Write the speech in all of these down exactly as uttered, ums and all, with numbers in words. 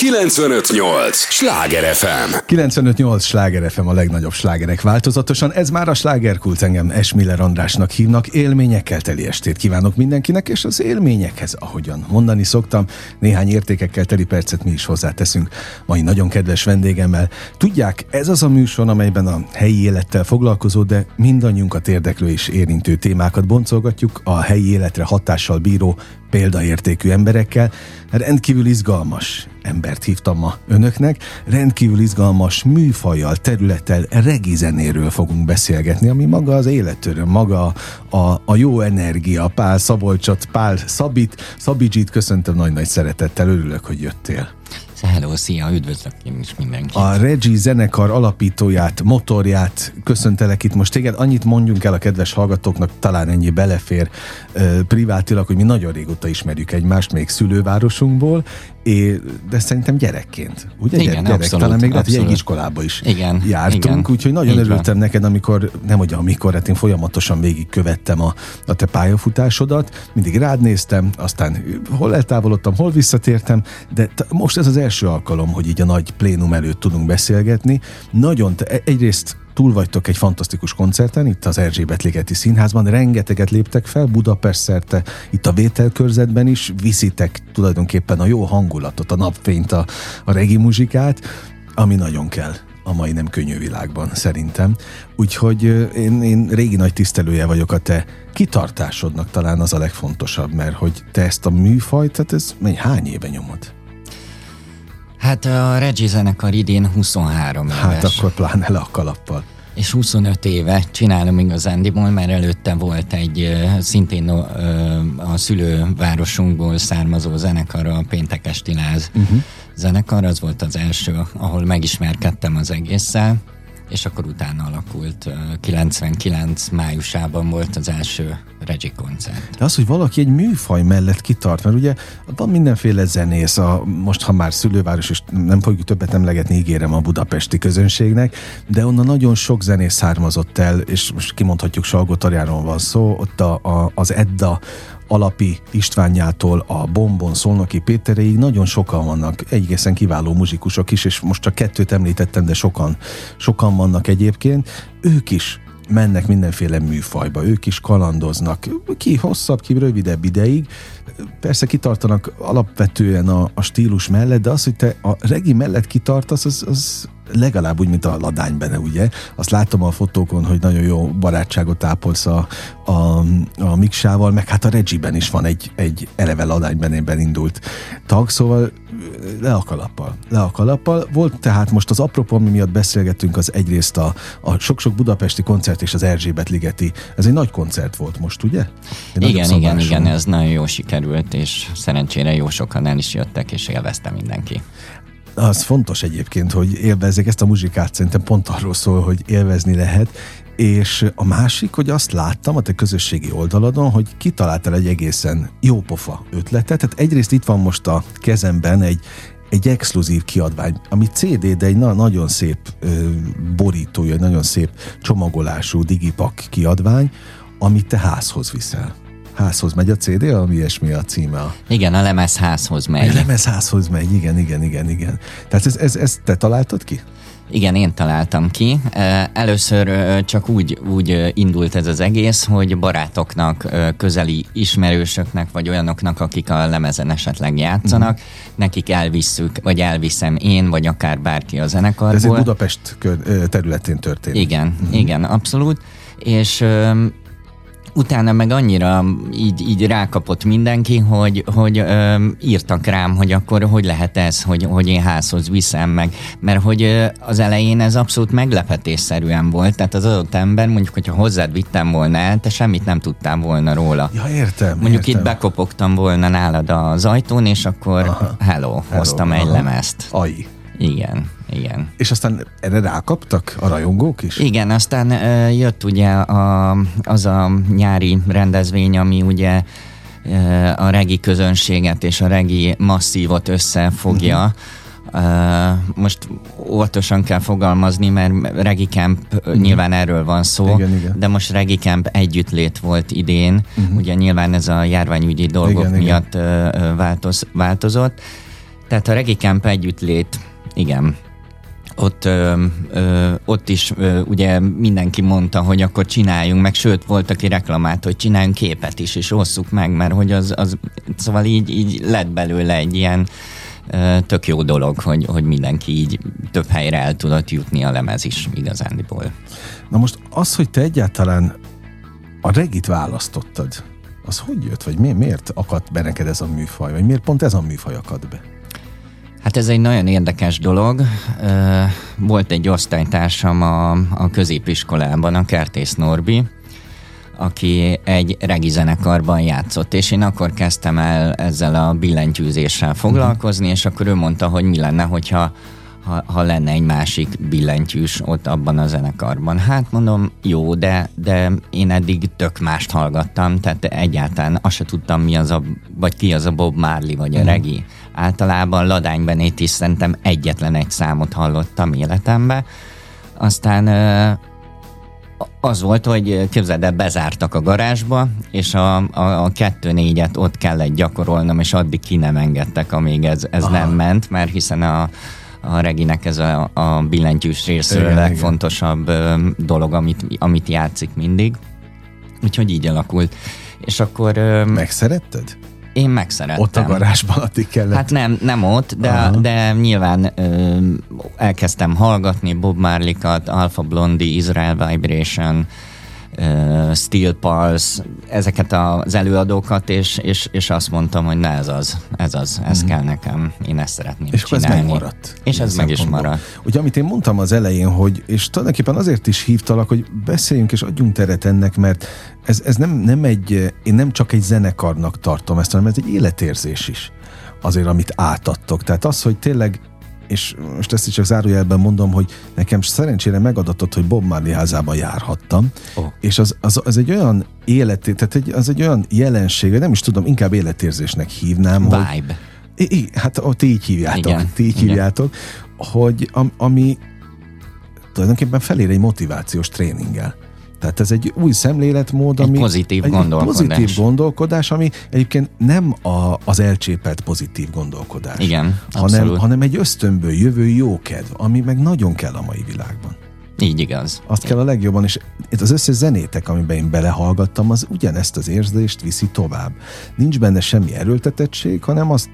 kilencvenöt nyolc Sláger ef em. kilencvenöt nyolc Sláger ef em, a legnagyobb slágerek változatosan. Ez már a Slágerkult, engem Esmiller Andrásnak hívnak. Élményekkel teli estét kívánok mindenkinek, és az élményekhez, ahogyan mondani szoktam, néhány értékekkel teli percet mi is hozzáteszünk mai nagyon kedves vendégemmel. Tudják, ez az a műsor, amelyben a helyi élettel foglalkozó, de mindannyiunkat érdeklő és érintő témákat boncolgatjuk a helyi életre hatással bíró példaértékű emberekkel. Rendkívül izgalmas embert hívtam ma önöknek, rendkívül izgalmas műfajjal, területtel, regi zenéről fogunk beszélgetni, ami maga az életről, maga a, a jó energia. Pál Szabolcsot, Pál Szabit, Szabidzsit köszöntöm nagy-nagy szeretettel, örülök, hogy jöttél. Hello, szia, üdvözlök én is mindenkit. A Regi zenekar alapítóját, motorját köszöntelek itt most téged. Annyit mondjunk el a kedves hallgatóknak, talán ennyi belefér uh, privátilag, hogy mi nagyon régóta ismerjük egymást, még szülővárosunkból, é, de szerintem gyerekként. Ugye? Igen, gyerek, abszolút, talán még lehet, hogy egy abszolút. iskolába is Igen, jártunk, igen. úgyhogy nagyon Így örültem van. neked, amikor, nem hogy amikor, hát én folyamatosan végigkövettem a, a te pályafutásodat, mindig rád néztem, aztán hol eltávolodtam, hol visszatértem, de t- most ez az első alkalom, hogy így a nagy plénum előtt tudunk beszélgetni. Nagyon, te, egyrészt túl vagytok egy fantasztikus koncerten, itt az Erzsébet-ligeti Színházban, rengeteget léptek fel, Budapest szerte, itt a vételkörzetben is, viszitek tulajdonképpen a jó hangulatot, a napfényt, a, a regi muzsikát, ami nagyon kell a mai nem könnyű világban, szerintem. Úgyhogy én, én régi nagy tisztelője vagyok a te kitartásodnak, talán az a legfontosabb, mert hogy te ezt a műfajt, tehát ez mely, hány éve nyomod? Hát a Regi zenekar idén huszonhárom éves. Hát akkor pláne le a kalappal. És huszonöt éve csinálom igazándiból, mert előtte volt egy szintén a szülővárosunkból származó zenekar, a Péntek Esti Láz uh-huh. zenekar, az volt az első, ahol megismerkedtem az egésszel, és akkor utána alakult, kilencvenkilenc májusában volt az első Regi koncert. De az, hogy valaki egy műfaj mellett kitart, mert ugye van mindenféle zenész, a, most ha már szülőváros, és nem fogjuk többet emlegetni, ígérem a budapesti közönségnek, de onnan nagyon sok zenész származott el, és most kimondhatjuk, Salgótarjáról van szó, ott a, a, az Edda Alapi Istvánjától a Bombon Szolnoki Péteréig nagyon sokan vannak, egészen kiváló muzsikusok is, és most csak kettőt említettem, de sokan, sokan vannak egyébként. Ők is mennek mindenféle műfajba, ők is kalandoznak, ki hosszabb, ki rövidebb ideig. Persze kitartanak alapvetően a, a stílus mellett, de az, hogy te a regi mellett kitartasz, az, az legalább úgy, mint a Ladánybene, ugye? Azt látom a fotókon, hogy nagyon jó barátságot ápolsz a, a, a Miksával, meg hát a Regiben is van egy, egy eleve Ladánybenében indult tag, szóval le a kalappal. Le a kalappal. Volt tehát most az apropó, ami miatt beszélgettünk, az egyrészt a, a sok-sok budapesti koncert és az Erzsébet-ligeti. Ez egy nagy koncert volt most, ugye? Egy igen, igen, igen, ez nagyon jó sikerült, és szerencsére jó sokan el is jöttek, és élvezte mindenki. Az fontos egyébként, hogy élvezzék ezt a muzsikát, szerintem pont arról szól, hogy élvezni lehet, és a másik, hogy azt láttam a te közösségi oldaladon, hogy kitaláltál egy egészen jópofa ötletet, tehát egyrészt itt van most a kezemben egy, egy exkluzív kiadvány, ami cé dé, de egy na- nagyon szép ö, borítója, egy nagyon szép csomagolású digipak kiadvány, amit te házhoz viszel. Házhoz megy a cé dé, ami ilyesmi a címe. A... Igen, a lemez házhoz megy. A lemez házhoz megy, igen, igen, igen, igen. Tehát ez, ez, ezt te találtad ki? Igen, én találtam ki. Először csak úgy, úgy indult ez az egész, hogy barátoknak, közeli ismerősöknek, vagy olyanoknak, akik a lemezen esetleg játszanak, uh-huh. nekik elvisszük, vagy elviszem én, vagy akár bárki a zenekarból. De ez egy Budapest területén történik. Igen, uh-huh. igen, abszolút. És utána meg annyira így, így rákapott mindenki, hogy, hogy ö, írtak rám, hogy akkor hogy lehet ez, hogy, hogy én házhoz viszem meg. Mert hogy ö, az elején ez abszolút meglepetésszerűen volt. Tehát az adott ember, mondjuk, hogyha hozzád vittem volna el, te semmit nem tudtál volna róla. Ja, értem. Mondjuk értem. itt bekopogtam volna nálad az ajtón, és akkor aha, hello, hello, hoztam aha. egy lemezt. Aj. Igen, igen. És aztán erre rákaptak a rajongók is? Igen, aztán uh, jött ugye a, az a nyári rendezvény, ami ugye uh, a regi közönséget és a regi masszívot összefogja. Uh-huh. Uh, most óvatosan kell fogalmazni, mert Regi Camp uh-huh. nyilván erről van szó, igen, igen. de most Regi Camp együttlét volt idén, uh-huh. ugye nyilván ez a járványügyi dolgok igen, miatt igen. Uh, változ, változott. Tehát a Regi Camp együttlét, igen, ott, ö, ö, ott is ö, ugye mindenki mondta, hogy akkor csináljunk meg, sőt volt, aki reklamált, hogy csináljunk képet is, és osszuk meg, mert hogy az, az szóval így, így lett belőle egy ilyen ö, tök jó dolog, hogy, hogy mindenki így több helyre el tudott jutni, a lemez is igazándiból. Na most az, hogy te egyáltalán a regit választottad, az hogy jött, vagy mi, miért akadt be neked ez a műfaj, vagy miért pont ez a műfaj akadt be? Hát ez egy nagyon érdekes dolog. Volt egy osztálytársam a, a középiskolában, a Kertész Norbi, aki egy regi zenekarban játszott, és én akkor kezdtem el ezzel a billentyűzéssel foglalkozni, és akkor ő mondta, hogy mi lenne, hogyha ha, ha lenne egy másik billentyűs ott abban a zenekarban. Hát mondom, jó, de, de én eddig tök mást hallgattam, tehát egyáltalán azt se tudtam, mi az a, vagy ki az a Bob Marley, vagy a regi. Általában Ladány Benét is szerintem egyetlen egy számot hallottam életembe. Aztán az volt, hogy képzeld el, bezártak a garázsba, és a, a, a kettő négyet ott kellett gyakorolnom, és addig ki nem engedtek, amíg ez, ez nem ment, mert hiszen a a reginek ez a, a billentyűs részről a legfontosabb igen. dolog, amit, amit játszik mindig. Úgyhogy így alakult. És akkor... Megszeretted? Én megszerettem. Ott a garázsban addig kellett? Hát nem, nem ott, de, de nyilván ö, elkezdtem hallgatni Bob Marley-kat, Alpha Blondy, Israel Vibration, uh, Steel Pulse, ezeket az előadókat, és, és, és azt mondtam, hogy na ez az, ez az, ez mm. kell nekem, én ezt szeretném és csinálni. És ez megmaradt. És ez meg is maradt. Ugye, amit én mondtam az elején, hogy, és tulajdonképpen azért is hívtalak, hogy beszéljünk és adjunk teret ennek, mert ez, ez nem, nem egy, én nem csak egy zenekarnak tartom ezt, hanem ez egy életérzés is azért, amit átadtok. Tehát az, hogy tényleg, és most ezt is csak zárójelben mondom, hogy nekem szerencsére megadatott, hogy Bob Marley házában járhattam, oh. és az, az, az egy olyan élet, tehát egy, az egy olyan jelenség, nem is tudom, inkább életérzésnek hívnám. Vibe. Hogy, I, hát ti így hívjátok, igen, ti így igen. hívjátok, hogy am, ami tulajdonképpen felér egy motivációs tréninggel. Tehát ez egy új szemléletmód, egy ami... Pozitív egy gondolkodás. pozitív gondolkodás, ami egyébként nem a, az elcsépelt pozitív gondolkodás. Igen, hanem, hanem egy ösztönből jövő jókedv, ami meg nagyon kell a mai világban. Így igaz. Azt kell a legjobban, és az összes zenétek, amiben én belehallgattam, az ugyanezt az érzést viszi tovább. Nincs benne semmi erőltetettség, hanem azt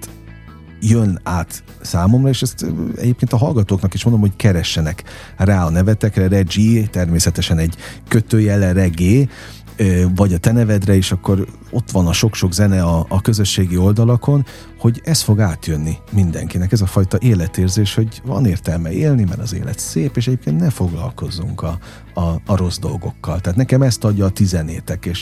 jön át számomra, és ezt egyébként a hallgatóknak is mondom, hogy keressenek rá a nevetekre, Regi, természetesen egy kötőjele reggae, vagy a te nevedre is, akkor ott van a sok-sok zene a, a közösségi oldalakon, hogy ez fog átjönni mindenkinek, ez a fajta életérzés, hogy van értelme élni, mert az élet szép, és egyébként ne foglalkozzunk a, a, a rossz dolgokkal. Tehát nekem ezt adja a ti zenétek, és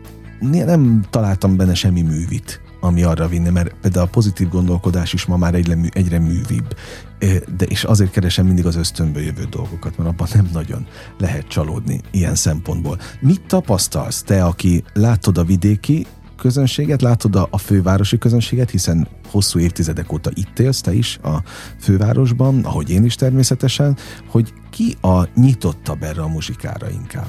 nem találtam benne semmi művit, ami arra vinne, mert például a pozitív gondolkodás is ma már egyre, egyre művibb. De és azért keresem mindig az ösztönből jövő dolgokat, mert abban nem nagyon lehet csalódni ilyen szempontból. Mit tapasztalsz te, aki látod a vidéki közönséget, látod a, a fővárosi közönséget, hiszen hosszú évtizedek óta itt élsz te is a fővárosban, ahogy én is természetesen, hogy ki a nyitottabb erre a muzsikára inkább?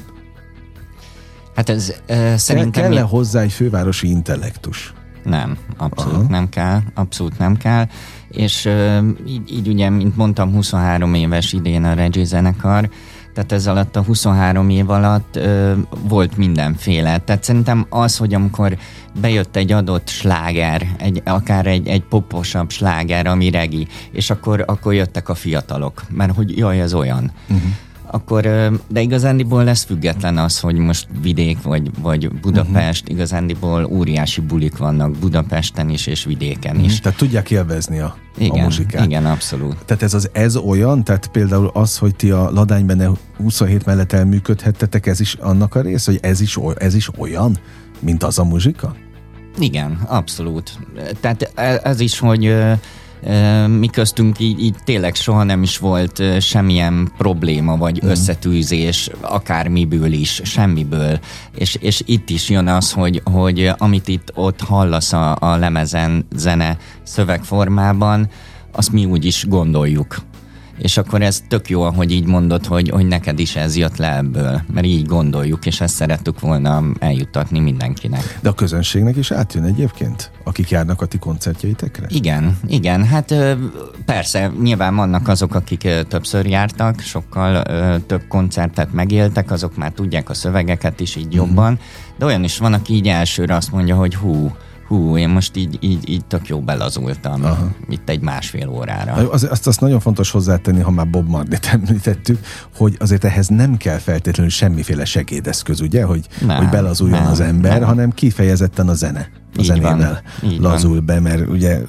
Hát ez uh, szerintem... Kell-e hozzá egy fővárosi intellektus? Nem, abszolút Aha. nem kell, abszolút nem kell, és uh, így, így ugye, mint mondtam, huszonhárom éves idén a Regi zenekar, tehát ez alatt a huszonhárom év alatt uh, volt mindenféle. Tehát szerintem az, hogy amikor bejött egy adott sláger, egy, akár egy, egy poposabb sláger, ami regi, és akkor, akkor jöttek a fiatalok, mert hogy jaj, ez olyan. Uh-huh. Akkor, de igazándiból lesz független az, hogy most vidék vagy, vagy Budapest, uh-huh. igazándiból óriási bulik vannak Budapesten is és vidéken is. Uh-huh. Tehát tudják élvezni a, igen, a muzsikát. Igen, abszolút. Tehát ez az ez olyan, tehát például az, hogy ti a Ladánybene huszonhét mellett elműködhettetek, ez is annak a rész, hogy ez is, ez is olyan, mint az a muzsika? Igen, abszolút. Tehát ez is, hogy mi köztünk így, így tényleg soha nem is volt semmilyen probléma, vagy mm. összetűzés, akármiből is, semmiből. És, és itt is jön az, hogy, hogy amit itt ott hallasz a, a lemezen zene szövegformában, azt mi úgy is gondoljuk. És akkor ez tök jó, hogy így mondod, hogy, hogy neked is ez jött le ebből, mert így gondoljuk, és ezt szerettük volna eljuttatni mindenkinek. De a közönségnek is átjön egyébként, akik járnak a ti koncertjeitekre? Igen, igen, hát persze, nyilván vannak azok, akik többször jártak, sokkal több koncertet megéltek, azok már tudják a szövegeket is így jobban, mm. de olyan is van, aki így elsőre azt mondja, hogy hú, hú, én most így, így, így tök jó belazultam. Aha. Itt egy másfél órára. Az, azt, azt nagyon fontos hozzátenni, ha már Bob Marley-t említettük, hogy azért ehhez nem kell feltétlenül semmiféle segédeszköz, ugye, hogy, nem, hogy belazuljon nem, az ember, nem. hanem kifejezetten a zene. A így zenével van, lazul van. be, mert ugye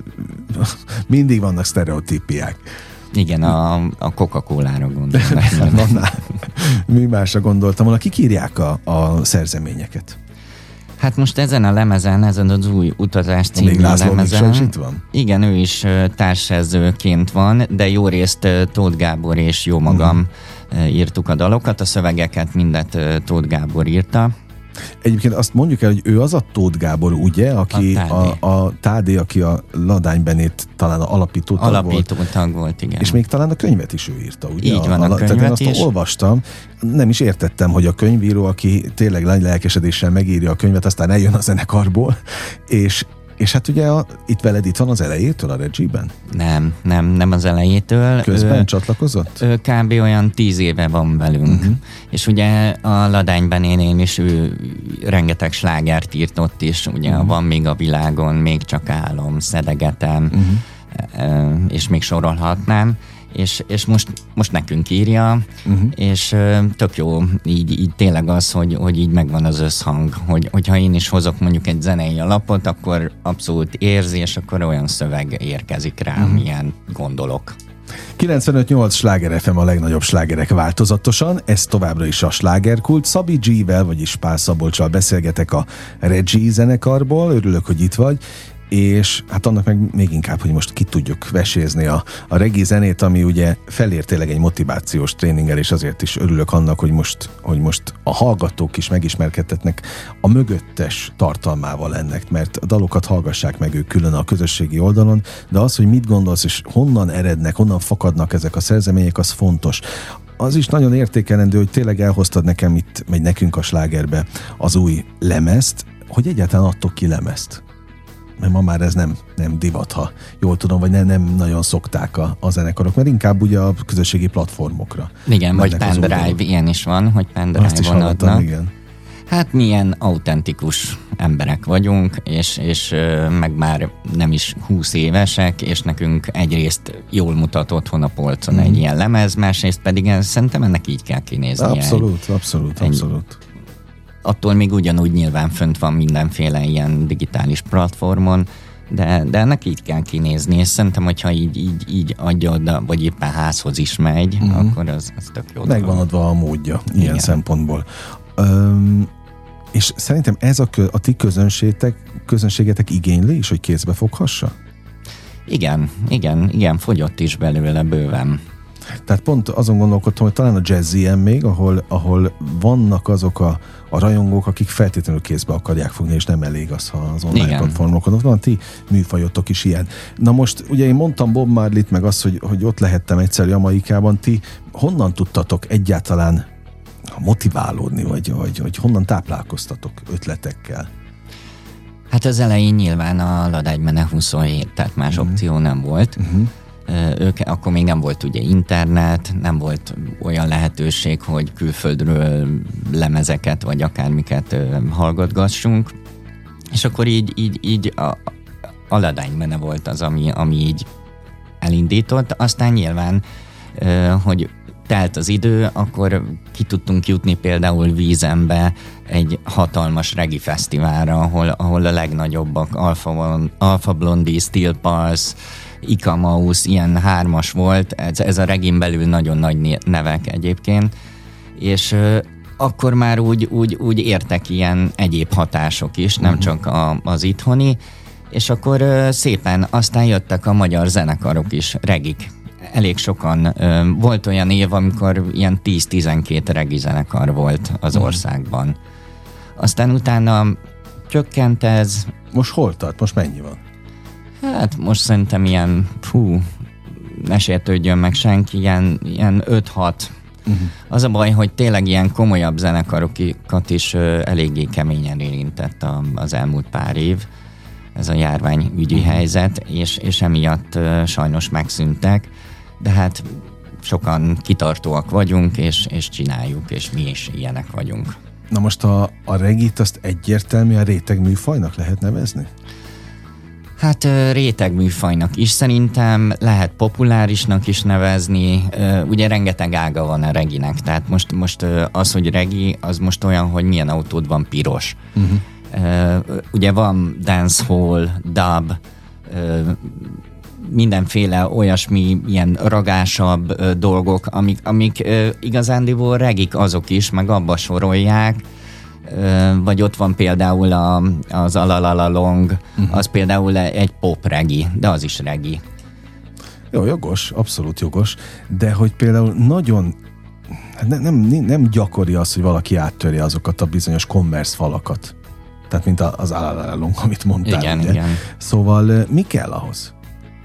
mindig vannak sztereotípiák. Igen, a, a Coca-Colára gondoltam. Mi másra gondoltam volna? Kik írják a, a szerzeményeket? Hát most ezen a lemezen, ezen az új utazás című lemezen. Is itt van? Igen, ő is társszerzőként van, de jó részt Tóth Gábor és jó magam uh-huh. írtuk a dalokat, a szövegeket mindet Tóth Gábor írta. Egyébként azt mondjuk el, hogy ő az a Tóth Gábor, ugye, aki a Tádé, a, a Tádé aki a Ladány Benét talán a alapító tag alapító volt. tag volt, igen. És még talán a könyvet is ő írta, ugye? Így van, a, a könyvet tehát én azt is. olvastam, nem is értettem, hogy a könyvíró, aki tényleg nagy lelkesedéssel megírja a könyvet, aztán eljön a zenekarból, és És hát ugye a, itt veled itt van az elejétől a Reggie-ben? Nem, nem, nem az elejétől. Közben ő, csatlakozott? Ő kb. Olyan tíz éve van velünk. Uh-huh. És ugye a Ladányban én is ő rengeteg slágert írt ott is, ugye uh-huh. Van még a világon, még csak álom, szedegetem, uh-huh. és még sorolhatnám. És, és most, most nekünk írja, uh-huh. és tök jó így, így tényleg az, hogy, hogy így megvan az összhang, hogy, hogyha én is hozok mondjuk egy zenei alapot, akkor abszolút érzi, és akkor olyan szöveg érkezik rá, uh-huh. milyen gondolok. kilencvenöt nyolc Sláger ef em a legnagyobb slágerek változatosan, ez továbbra is a slágerkult. Szabi G-vel, vagyis Pál Szabolccsal beszélgetek a Reggie zenekarból, örülök, hogy itt vagy, és hát annak meg még inkább, hogy most ki tudjuk vesézni a, a reggae zenét, ami ugye felér tényleg egy motivációs tréninggel, és azért is örülök annak, hogy most, hogy most a hallgatók is megismerkedhetnek a mögöttes tartalmával ennek, mert a dalokat hallgassák meg ők külön a közösségi oldalon, de az, hogy mit gondolsz, és honnan erednek, honnan fakadnak ezek a szerzemények, az fontos. Az is nagyon értékelendő, hogy tényleg elhoztad nekem itt, megy nekünk a slágerbe az új lemezt, hogy egyáltalán adtok ki lemezt. Mert ma már ez nem, nem divat, ha jól tudom, vagy nem, nem nagyon szokták a, a zenekarok, mert inkább ugye a közösségi platformokra. Igen, vagy pendrive, ilyen is van, hogy pendrive-on adnak. Igen. Hát milyen autentikus emberek vagyunk, és, és meg már nem is húsz évesek, és nekünk egyrészt jól mutat otthon a polcon mm. egy ilyen lemez, másrészt pedig szerintem ennek így kell kinézni. Abszolút, egy, abszolút, egy, abszolút. Attól még ugyanúgy nyilván fönt van mindenféle ilyen digitális platformon, de, de ennek így kell kinézni, és szerintem, hogyha így, így, így adja, vagy éppen házhoz is megy, mm-hmm. akkor az, az tök jó. Megvan adva a módja ilyen igen. szempontból. Öm, és szerintem ez a, a ti közönségetek, közönségetek igényli is, hogy kézbe foghassa? Igen, igen, igen, fogyott is belőle bőven. Tehát pont azon gondolkodtam, hogy talán a Jazzien még, ahol, ahol vannak azok a, a rajongók, akik feltétlenül kézbe akarják fogni, és nem elég az, ha az online igen. platformokon. Ott van, ti műfajotok is ilyen. Na most, ugye én mondtam Bob Marley-t, meg azt, hogy, hogy ott lehettem egyszer Jamaikában, ti honnan tudtatok egyáltalán motiválódni, vagy, vagy, vagy honnan táplálkoztatok ötletekkel? Hát az elején nyilván a Ladány huszonhét, tehát más uh-huh. opció nem volt. Uh-huh. Ők, akkor még nem volt ugye internet, nem volt olyan lehetőség, hogy külföldről lemezeket vagy akármiket hallgatgassunk, és akkor így, így, így a, a Ladány volt az, ami, ami így elindított. Aztán nyilván, hogy telt az idő, akkor ki tudtunk jutni például Vízembe egy hatalmas reggae fesztiválra, ahol, ahol a legnagyobbak Alpha, Alpha Blondie, Steel Pulse, Ika Mouse, ilyen hármas volt, ez, ez a reggae-n belül nagyon nagy nevek egyébként, és ö, akkor már úgy, úgy, úgy értek ilyen egyéb hatások is, nem uh-huh. csak a, az itthoni, és akkor ö, szépen aztán jöttek a magyar zenekarok is, regik. Elég sokan. Ö, volt olyan év, amikor ilyen tíz-tizenkét reggae zenekar volt az uh-huh. országban. Aztán utána csökkent ez. Most hol tart? Most mennyi van? Hát most szerintem ilyen, fú, ne sértődjön meg senki, ilyen, ilyen öt-hat. Uh-huh. Az a baj, hogy tényleg ilyen komolyabb zenekarokat is uh, eléggé keményen érintett a, az elmúlt pár év, ez a járványügyi uh-huh. helyzet, és, és emiatt uh, sajnos megszűntek, de hát sokan kitartóak vagyunk, és, és csináljuk, és mi is ilyenek vagyunk. Na most a, a regit azt egyértelműen réteg műfajnak lehet nevezni? Hát réteg műfajnak is szerintem, lehet populárisnak is nevezni, ugye rengeteg ága van a reginek, tehát most, most az, hogy regi, az most olyan, hogy milyen autód van piros. Uh-huh. Ugye van dancehall, dub, mindenféle olyasmi ilyen ragásabb dolgok, amik, amik igazándiból regik azok is, meg abba sorolják, vagy ott van például a, az Alalalalong, uh-huh. az például egy pop regi, de az is regi. Jó, jogos, abszolút jogos, de hogy például nagyon nem, nem, nem gyakori az, hogy valaki áttörje azokat a bizonyos commerce falakat. Tehát mint az Alalalalong, amit mondtál. Igen, ugye? igen. Szóval mi kell ahhoz?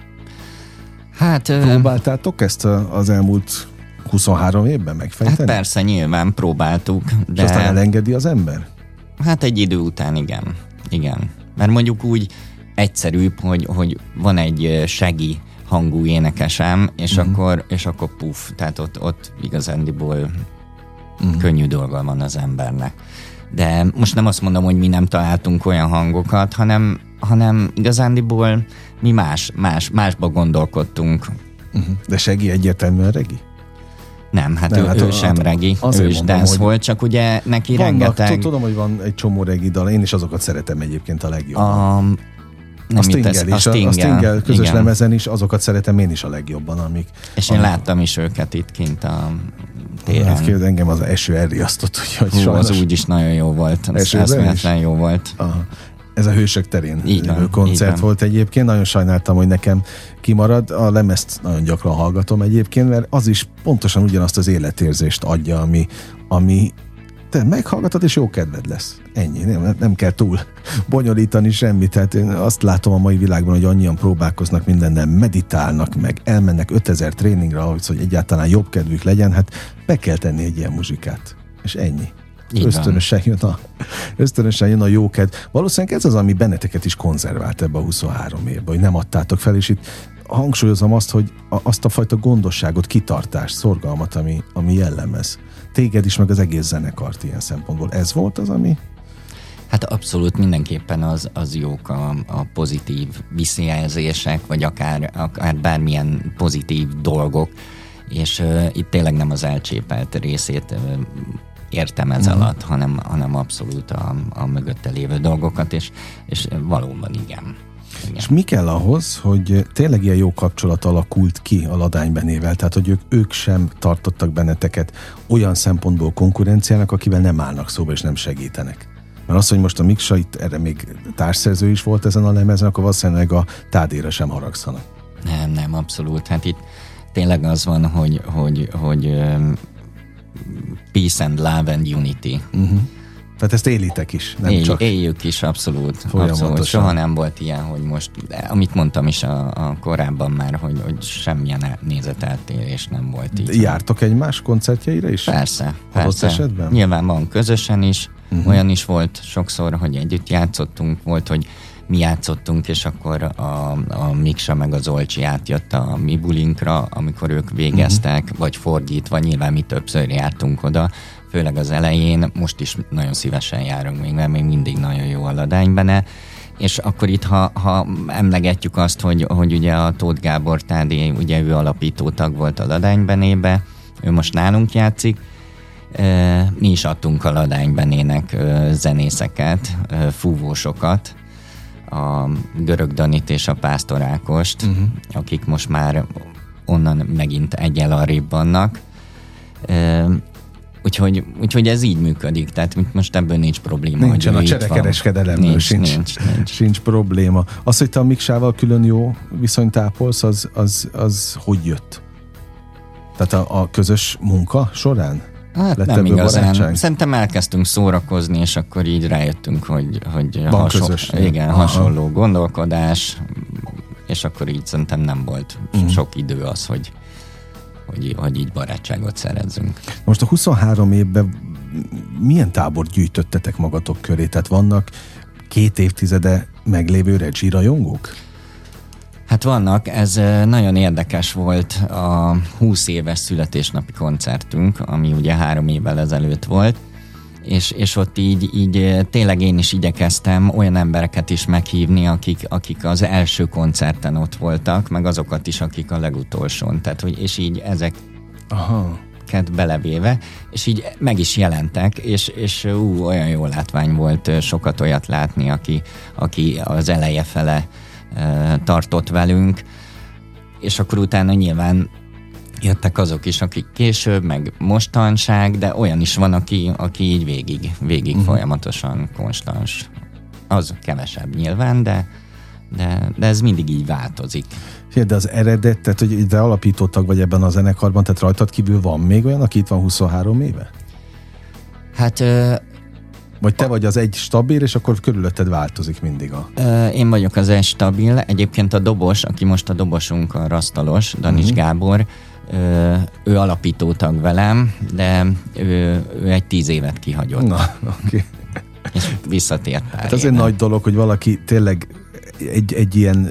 Hát... Próbáltátok ezt az elmúlt huszonhárom évben megfejteni? Hát persze, nyilván próbáltuk, de... És aztán elengedi az ember? Hát egy idő után igen. Igen. Mert mondjuk úgy egyszerűbb, hogy, hogy van egy segi hangú énekesem, és, uh-huh. akkor, és akkor puff, tehát ott, ott igazándiból uh-huh. könnyű dolga van az embernek. De most nem azt mondom, hogy mi nem találtunk olyan hangokat, hanem, hanem igazándiból mi más, más, másba gondolkodtunk. Uh-huh. De segi egyértelműen regi? Nem, hát nem, ő, hát ő sem regi, ő is dance volt, csak ugye neki vannak, rengeteg... Tudom, hogy van egy csomó regi dal, én is azokat szeretem egyébként a legjobban. A, a Stinggel is, a Stinggel, a Stinggel közös igen. lemezen is, azokat szeretem én is a legjobban, amik... És én amik... láttam is őket itt kint a téren. Hát kérdez, engem az eső elriasztott, úgyhogy Hú, sajnos... az úgyis nagyon jó volt, az eszméletlen jó volt. Aha. Ez a Hősök terén van, koncert volt egyébként, nagyon sajnáltam, hogy nekem kimarad, a lemezt nagyon gyakran hallgatom egyébként, mert az is pontosan ugyanazt az életérzést adja, ami, ami te meghallgatod, és jó kedved lesz. Ennyi, nem, nem kell túl bonyolítani semmit, tehát én azt látom a mai világban, hogy annyian próbálkoznak mindennel, meditálnak, meg elmennek ötezer tréningre ahhoz, hogy egyáltalán jobb kedvük legyen, hát be kell tenni egy ilyen muzsikát, és ennyi. Ösztönösen jön, a, ösztönösen jön a jókedv. Valószínűleg ez az, ami benneteket is konzervált ebbe a huszonhárom évben, hogy nem adtátok fel, és itt hangsúlyozom azt, hogy a, azt a fajta gondosságot, kitartást, szorgalmat, ami, ami jellemez. Téged is, meg az egész zenekart ilyen szempontból. Ez volt az, ami... Hát abszolút mindenképpen az, az jók a, a pozitív visszajelzések, vagy akár, akár bármilyen pozitív dolgok, és uh, itt tényleg nem az elcsépelt részét uh, értem ez uh-huh. alatt, hanem, hanem abszolút a, a mögötte lévő dolgokat, és, és valóban igen. igen. És mi kell ahhoz, hogy tényleg ilyen jó kapcsolat alakult ki a Ladány Benével, tehát hogy ők, ők sem tartottak benneteket olyan szempontból konkurenciának, akivel nem állnak szóba és nem segítenek? Mert az, hogy most a Miksa itt erre még társszerző is volt ezen a lemezen, akkor valószínűleg a Tádéra sem haragszanak. Nem, nem, abszolút. Hát itt tényleg az van, hogy, hogy, hogy um, peace and love and unity. Uh-huh. Tehát ezt élitek is, nem Él, csak... Éljük is, abszolút. abszolút. Soha nem volt ilyen, hogy most, amit mondtam is a, a korábban már, hogy, hogy semmilyen nézeteltérés nem volt így. Jártok egymás koncertjeire is? Persze, persze. Esetben? Nyilván van közösen is, uh-huh. olyan is volt sokszor, hogy együtt játszottunk, volt, hogy mi játszottunk, és akkor a, a Miksa meg az Olcsi átjött a mi bulinkra, amikor ők végeztek, uh-huh. vagy fordítva, nyilván mi többször jártunk oda, főleg az elején, most is nagyon szívesen járunk még, mert még mindig nagyon jó a Ladány Bene, és akkor itt, ha, ha emlegetjük azt, hogy, hogy ugye a Tóth Gábor Tádé, ugye ő alapító tag volt a Ladány Benébe, ő most nálunk játszik, mi is adtunk a Ladány Benének zenészeket, fúvósokat, a Görög Danit és a Pásztor Ákost, uh-huh. akik most már onnan megint egyel arrébb vannak. Úgyhogy, úgyhogy ez így működik, tehát most ebből nincs probléma. Nincsen a cserekereskedelemből, sincs, nincs, nincs. sincs probléma. Az, hogy te a Miksával külön jó viszonyt ápolsz, az, az, az hogy jött? Tehát a, a közös munka során? Hát lett nem igazán. Barátság? Szerintem elkezdtünk szórakozni, és akkor így rájöttünk, hogy, hogy Van haso- közös. igen, Aha. hasonló gondolkodás, és akkor így szerintem nem volt uh-huh. sok idő az, hogy, hogy, hogy így barátságot szerezzünk. Most a huszonhárom évben milyen tábort gyűjtöttetek magatok köré? Tehát vannak két évtizede meglévő Reggie rajongók? Hát vannak, ez nagyon érdekes volt a húsz éves születésnapi koncertünk, ami ugye három évvel ezelőtt volt, és, és ott így, így tényleg én is igyekeztem olyan embereket is meghívni, akik, akik az első koncerten ott voltak, meg azokat is, akik a legutolsón, tehát, hogy, és így ezek Aha. belevéve, és így meg is jelentek, és, és ú, olyan jó látvány volt sokat olyat látni, aki, aki az eleje fele tartott velünk, és akkor utána nyilván jöttek azok is, akik később, meg mostanság, de olyan is van, aki, aki így végig, végig uh-huh. folyamatosan konstans. Az kevesebb nyilván, de, de, de ez mindig így változik. De az eredet, tehát hogy ide alapítottak vagy ebben a zenekarban, tehát rajtad kívül van még olyan, aki itt van huszonhárom éve? Hát... Vagy te vagy az egy stabil, és akkor körülötted változik mindig a... Én vagyok az egy stabil. Egyébként a dobos, aki most a dobosunk, a rasztalos, Danis uh-huh. Gábor, ő alapító tag velem, de ő, ő egy tíz évet kihagyott. Na, oké. Okay. És visszatért pár hát az egy nagy dolog, hogy valaki tényleg egy, egy ilyen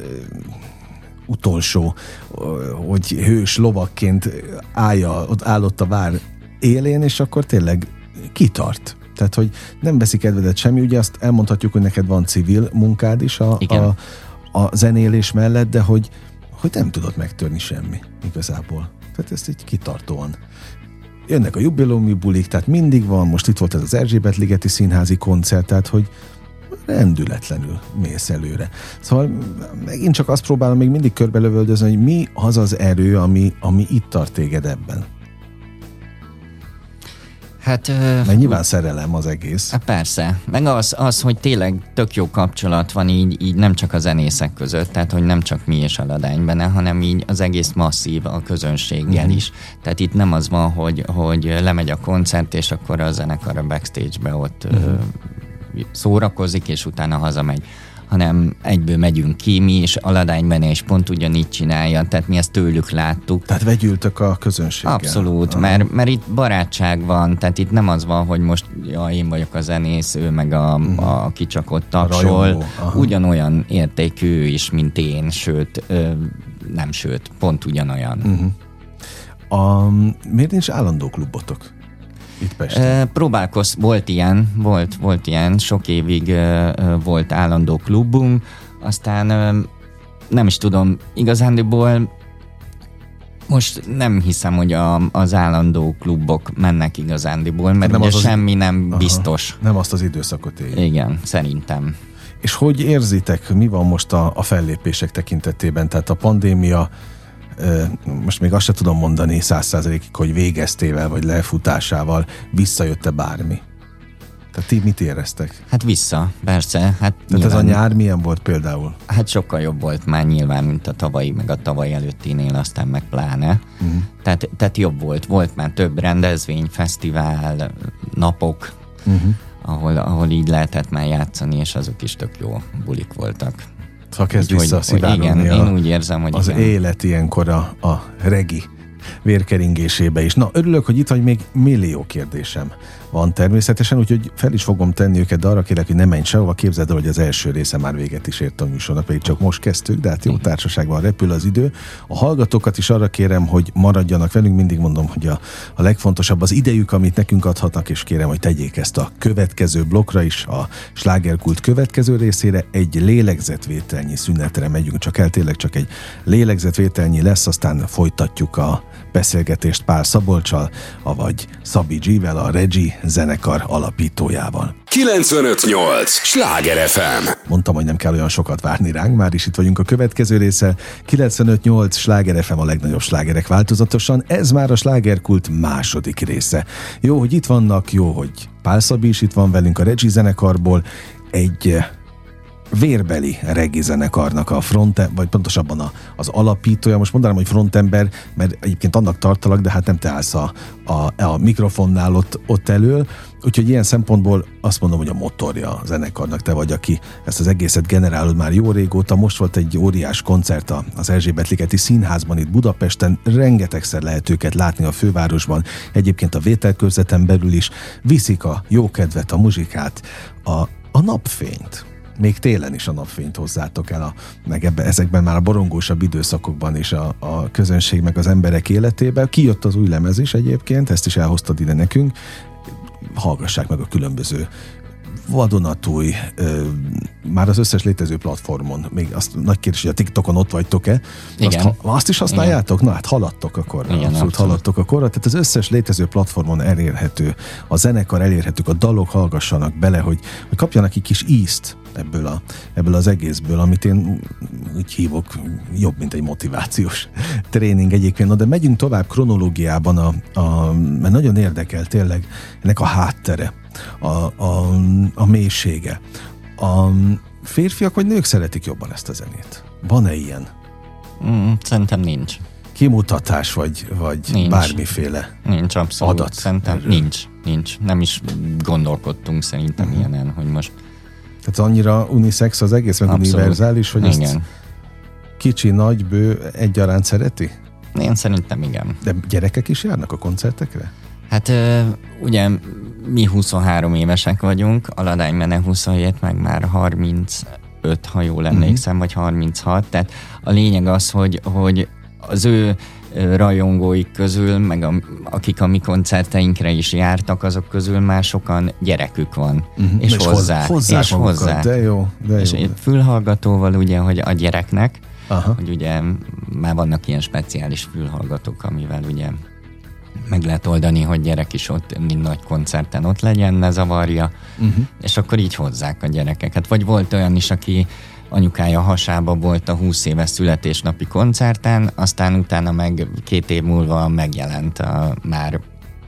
utolsó, hogy hős lovakként állja, ott állott a vár élén, és akkor tényleg kitart. Tehát, hogy nem veszik kedvedet semmi, ugye azt elmondhatjuk, hogy neked van civil munkád is a, a, a zenélés mellett, de hogy, hogy nem tudod megtörni semmi igazából. Tehát ezt így kitartóan. Jönnek a jubileumi bulik, tehát mindig van, most itt volt ez az Erzsébet-ligeti színházi koncert, tehát hogy rendületlenül mész előre. Szóval megint csak azt próbálom még mindig körbelövöldözni, hogy mi az az erő, ami, ami itt tart téged ebben. Hát, Mert nyilván szerelem az egész. Hát persze. Meg az, az, hogy tényleg tök jó kapcsolat van így, így nem csak a zenészek között, tehát hogy nem csak mi és a Ladány benne, hanem így az egész masszív a közönséggel uh-huh. is. Tehát itt nem az van, hogy, hogy lemegy a koncert, és akkor a zenekar a backstage-be ott uh-huh. szórakozik, és utána hazamegy, hanem egyből megyünk ki, mi és a Ladány benne is pont ugyanígy csinálja, tehát mi ezt tőlük láttuk. Tehát vegyültök a közönséggel. Abszolút, mert, mert itt barátság van, tehát itt nem az van, hogy most ja, én vagyok a zenész, ő meg a, uh-huh. a, aki csak ott tapsol, ugyanolyan értékű is, mint én, sőt, ö, nem sőt, pont ugyanolyan. Uh-huh. A, miért nincs állandó klubotok? Itt Pesten. Próbálkoz, volt ilyen, volt, volt ilyen, sok évig volt állandó klubunk, aztán nem is tudom, igazándiból most nem hiszem, hogy a, az állandó klubok mennek igazándiból, mert nem ugye az semmi az... nem Aha, biztos. Nem azt az időszakot éljük. Igen, szerintem. És hogy érzitek, mi van most a, a fellépések tekintetében? Tehát a pandémia, most még azt sem tudom mondani száz százalékig, hogy végeztével, vagy lefutásával visszajött-e bármi? Tehát ti mit éreztek? Hát vissza, persze. Hát Tehát nyilván, ez a nyár milyen volt például? Hát sokkal jobb volt már nyilván, mint a tavalyi, meg a tavaly előttinél, aztán meg pláne. Uh-huh. Tehát, tehát jobb volt. Volt már több rendezvény, fesztivál, napok, uh-huh. ahol, ahol így lehetett már játszani, és azok is tök jó bulik voltak. Szóval kezd vissza szivárogni igen, a, én úgy érzem, hogy az igen. élet ilyenkor a, a regi vérkeringésébe is. Na, örülök, hogy itt vagy, még millió kérdésem van természetesen, úgyhogy fel is fogom tenni őket, de arra kérlek, hogy ne menj sehova. Képzeld el, hogy az első része már véget is ért a műsornak, pedig csak most kezdtük, de hát jó társaságban repül az idő. A hallgatókat is arra kérem, hogy maradjanak velünk, mindig mondom, hogy a, a legfontosabb az idejük, amit nekünk adhatnak, és kérem, hogy tegyék ezt a következő blokkra is, a Slágerkult következő részére. Egy lélegzetvételnyi szünetre megyünk csak el, tényleg csak egy lélegzetvételnyi lesz, aztán folytatjuk a beszélgetést Pál Szabolccsal, avagy Szabi G-vel, a Reggie zenekar alapítójával. kilencvenöt nyolc Sláger ef em. Mondtam, hogy nem kell olyan sokat várni ránk, már is itt vagyunk a következő résszel. kilencvenöt nyolc Sláger ef em, a legnagyobb slágerek változatosan. Ez már a Slágerkult második része. Jó, hogy itt vannak, jó, hogy Pál Szabi is itt van velünk a Reggie zenekarból. Egy vérbeli reggae zenekarnak a front, vagy pontosabban a, az alapítója, most mondanám, hogy frontember, mert egyébként annak tartalak, de hát nem te állsz a, a, a mikrofonnál ott, ott elől, úgyhogy ilyen szempontból azt mondom, hogy a motorja a zenekarnak te vagy, aki ezt az egészet generálod már jó régóta. Most volt egy óriás koncert az Erzsébet-ligeti Színházban itt Budapesten, rengetegszer lehet őket látni a fővárosban, egyébként a vételkörzeten belül is, viszik a jókedvet, a muzsikát, a, a napfényt. Még télen is a napfényt hozzátok el, a, meg ebbe, ezekben már a borongósabb időszakokban is a, a közönség meg az emberek életében. Kijött az új lemez is egyébként, ezt is elhoztad ide nekünk. Hallgassák meg a különböző vadonatúj, ö, már az összes létező platformon. Még azt nagy kérdés, hogy a TikTokon ott vagytok-e? Igen. Azt, ha, azt is használjátok? Igen. Na hát haladtok akkor. Igen, abszolút, abszolút haladtok akkor. Tehát az összes létező platformon elérhető, a zenekar elérhetők, a dalok hallgassanak bele, hogy, hogy kapjanak egy kis ízt ebből, a, ebből az egészből, amit én úgy hívok, jobb, mint egy motivációs tréning egyébként. Na, de megyünk tovább kronológiában, a, a, mert nagyon érdekel tényleg ennek a háttere, a, a, a mélysége. A férfiak vagy nők szeretik jobban ezt a zenét? Van-e ilyen? Mm, szerintem nincs. Kimutatás, vagy, vagy nincs. Bármiféle nincs, abszolút. adat? Szerintem Erről. nincs, nincs. Nem is gondolkodtunk szerintem Uh-huh. ilyenen, hogy most... Tehát annyira unisex az egész, meg Abszolút. univerzális, hogy igen. ezt kicsi, nagy, bő egyaránt szereti? Én szerintem igen. De gyerekek is járnak a koncertekre? Hát ugye mi huszonhárom évesek vagyunk, a Ladány Mene huszonhét, meg már harmincöt, ha jól emlékszem, uh-huh. vagy harminchat. Tehát a lényeg az, hogy, hogy az ő rajongóik közül, meg a, akik a mi koncerteinkre is jártak, azok közül már sokan gyerekük van. Uh-huh. És, és hozzá. Hozzák és magukat, hozzá. De jó, de és jó. Fülhallgatóval ugye, hogy a gyereknek, Aha. hogy ugye már vannak ilyen speciális fülhallgatók, amivel ugye meg lehet oldani, hogy gyerek is ott, mind nagy koncerten ott legyen, ne zavarja, uh-huh. és akkor így hozzák a gyerekeket. Vagy volt olyan is, aki anyukája hasába volt a húsz éves születésnapi koncerten, aztán utána meg két év múlva megjelent a, már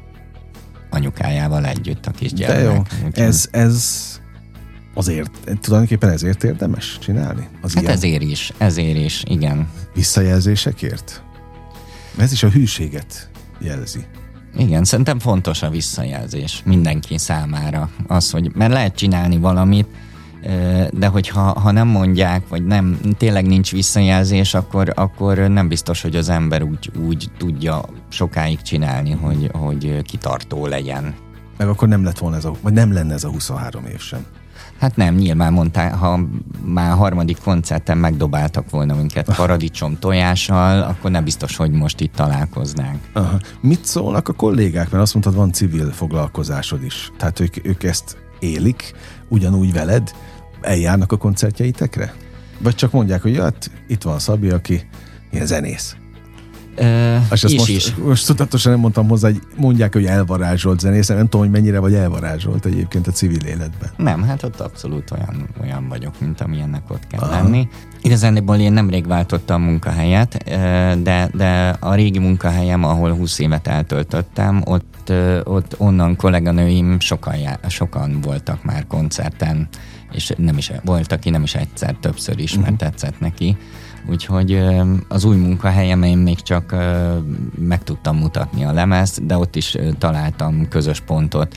anyukájával együtt a kisgyermek. De jó, Úgyhogy... ez, ez azért, tulajdonképpen ezért érdemes csinálni? Az hát ilyen ezért is, ezért is, igen. visszajelzésekért? Ez is a hűséget jelzi. Igen, szerintem fontos a visszajelzés mindenki számára. Az, hogy, mert lehet csinálni valamit, de hogyha ha nem mondják, vagy nem, tényleg nincs visszajelzés, akkor, akkor nem biztos, hogy az ember úgy, úgy tudja sokáig csinálni, hogy, hogy kitartó legyen. Meg akkor nem lett volna ez a, vagy nem lenne ez a huszonhárom év sem. Hát nem, nyilván mondták, ha már a harmadik koncerten megdobáltak volna minket paradicsom tojással, akkor nem biztos, hogy most itt találkoznánk. Aha. Mit szólnak a kollégák? Mert azt mondtad, van civil foglalkozásod is. Tehát ők, ők ezt élik, ugyanúgy veled, eljárnak a koncertjeitekre? Vagy csak mondják, hogy hát itt van Szabi, aki ilyen zenész. Uh, És is, most, is. most tudatosan nem mondtam hozzá, hogy mondják, hogy elvarázsolt zenész, nem tudom, hogy mennyire vagy elvarázsolt egyébként a civil életben. Nem, hát ott abszolút olyan, olyan vagyok, mint amilyennek ott kell Aha. lenni. Igazából én nemrég váltottam munkahelyet, de, de a régi munkahelyem, ahol húsz évet eltöltöttem, ott, ott onnan kolléganőim sokan, sokan voltak már koncerten, és nem is volt, aki nem is egyszer, többször is, mert uh-huh. tetszett neki. Úgyhogy az új munkahelyem én még csak meg tudtam mutatni a lemezt, de ott is találtam közös pontot.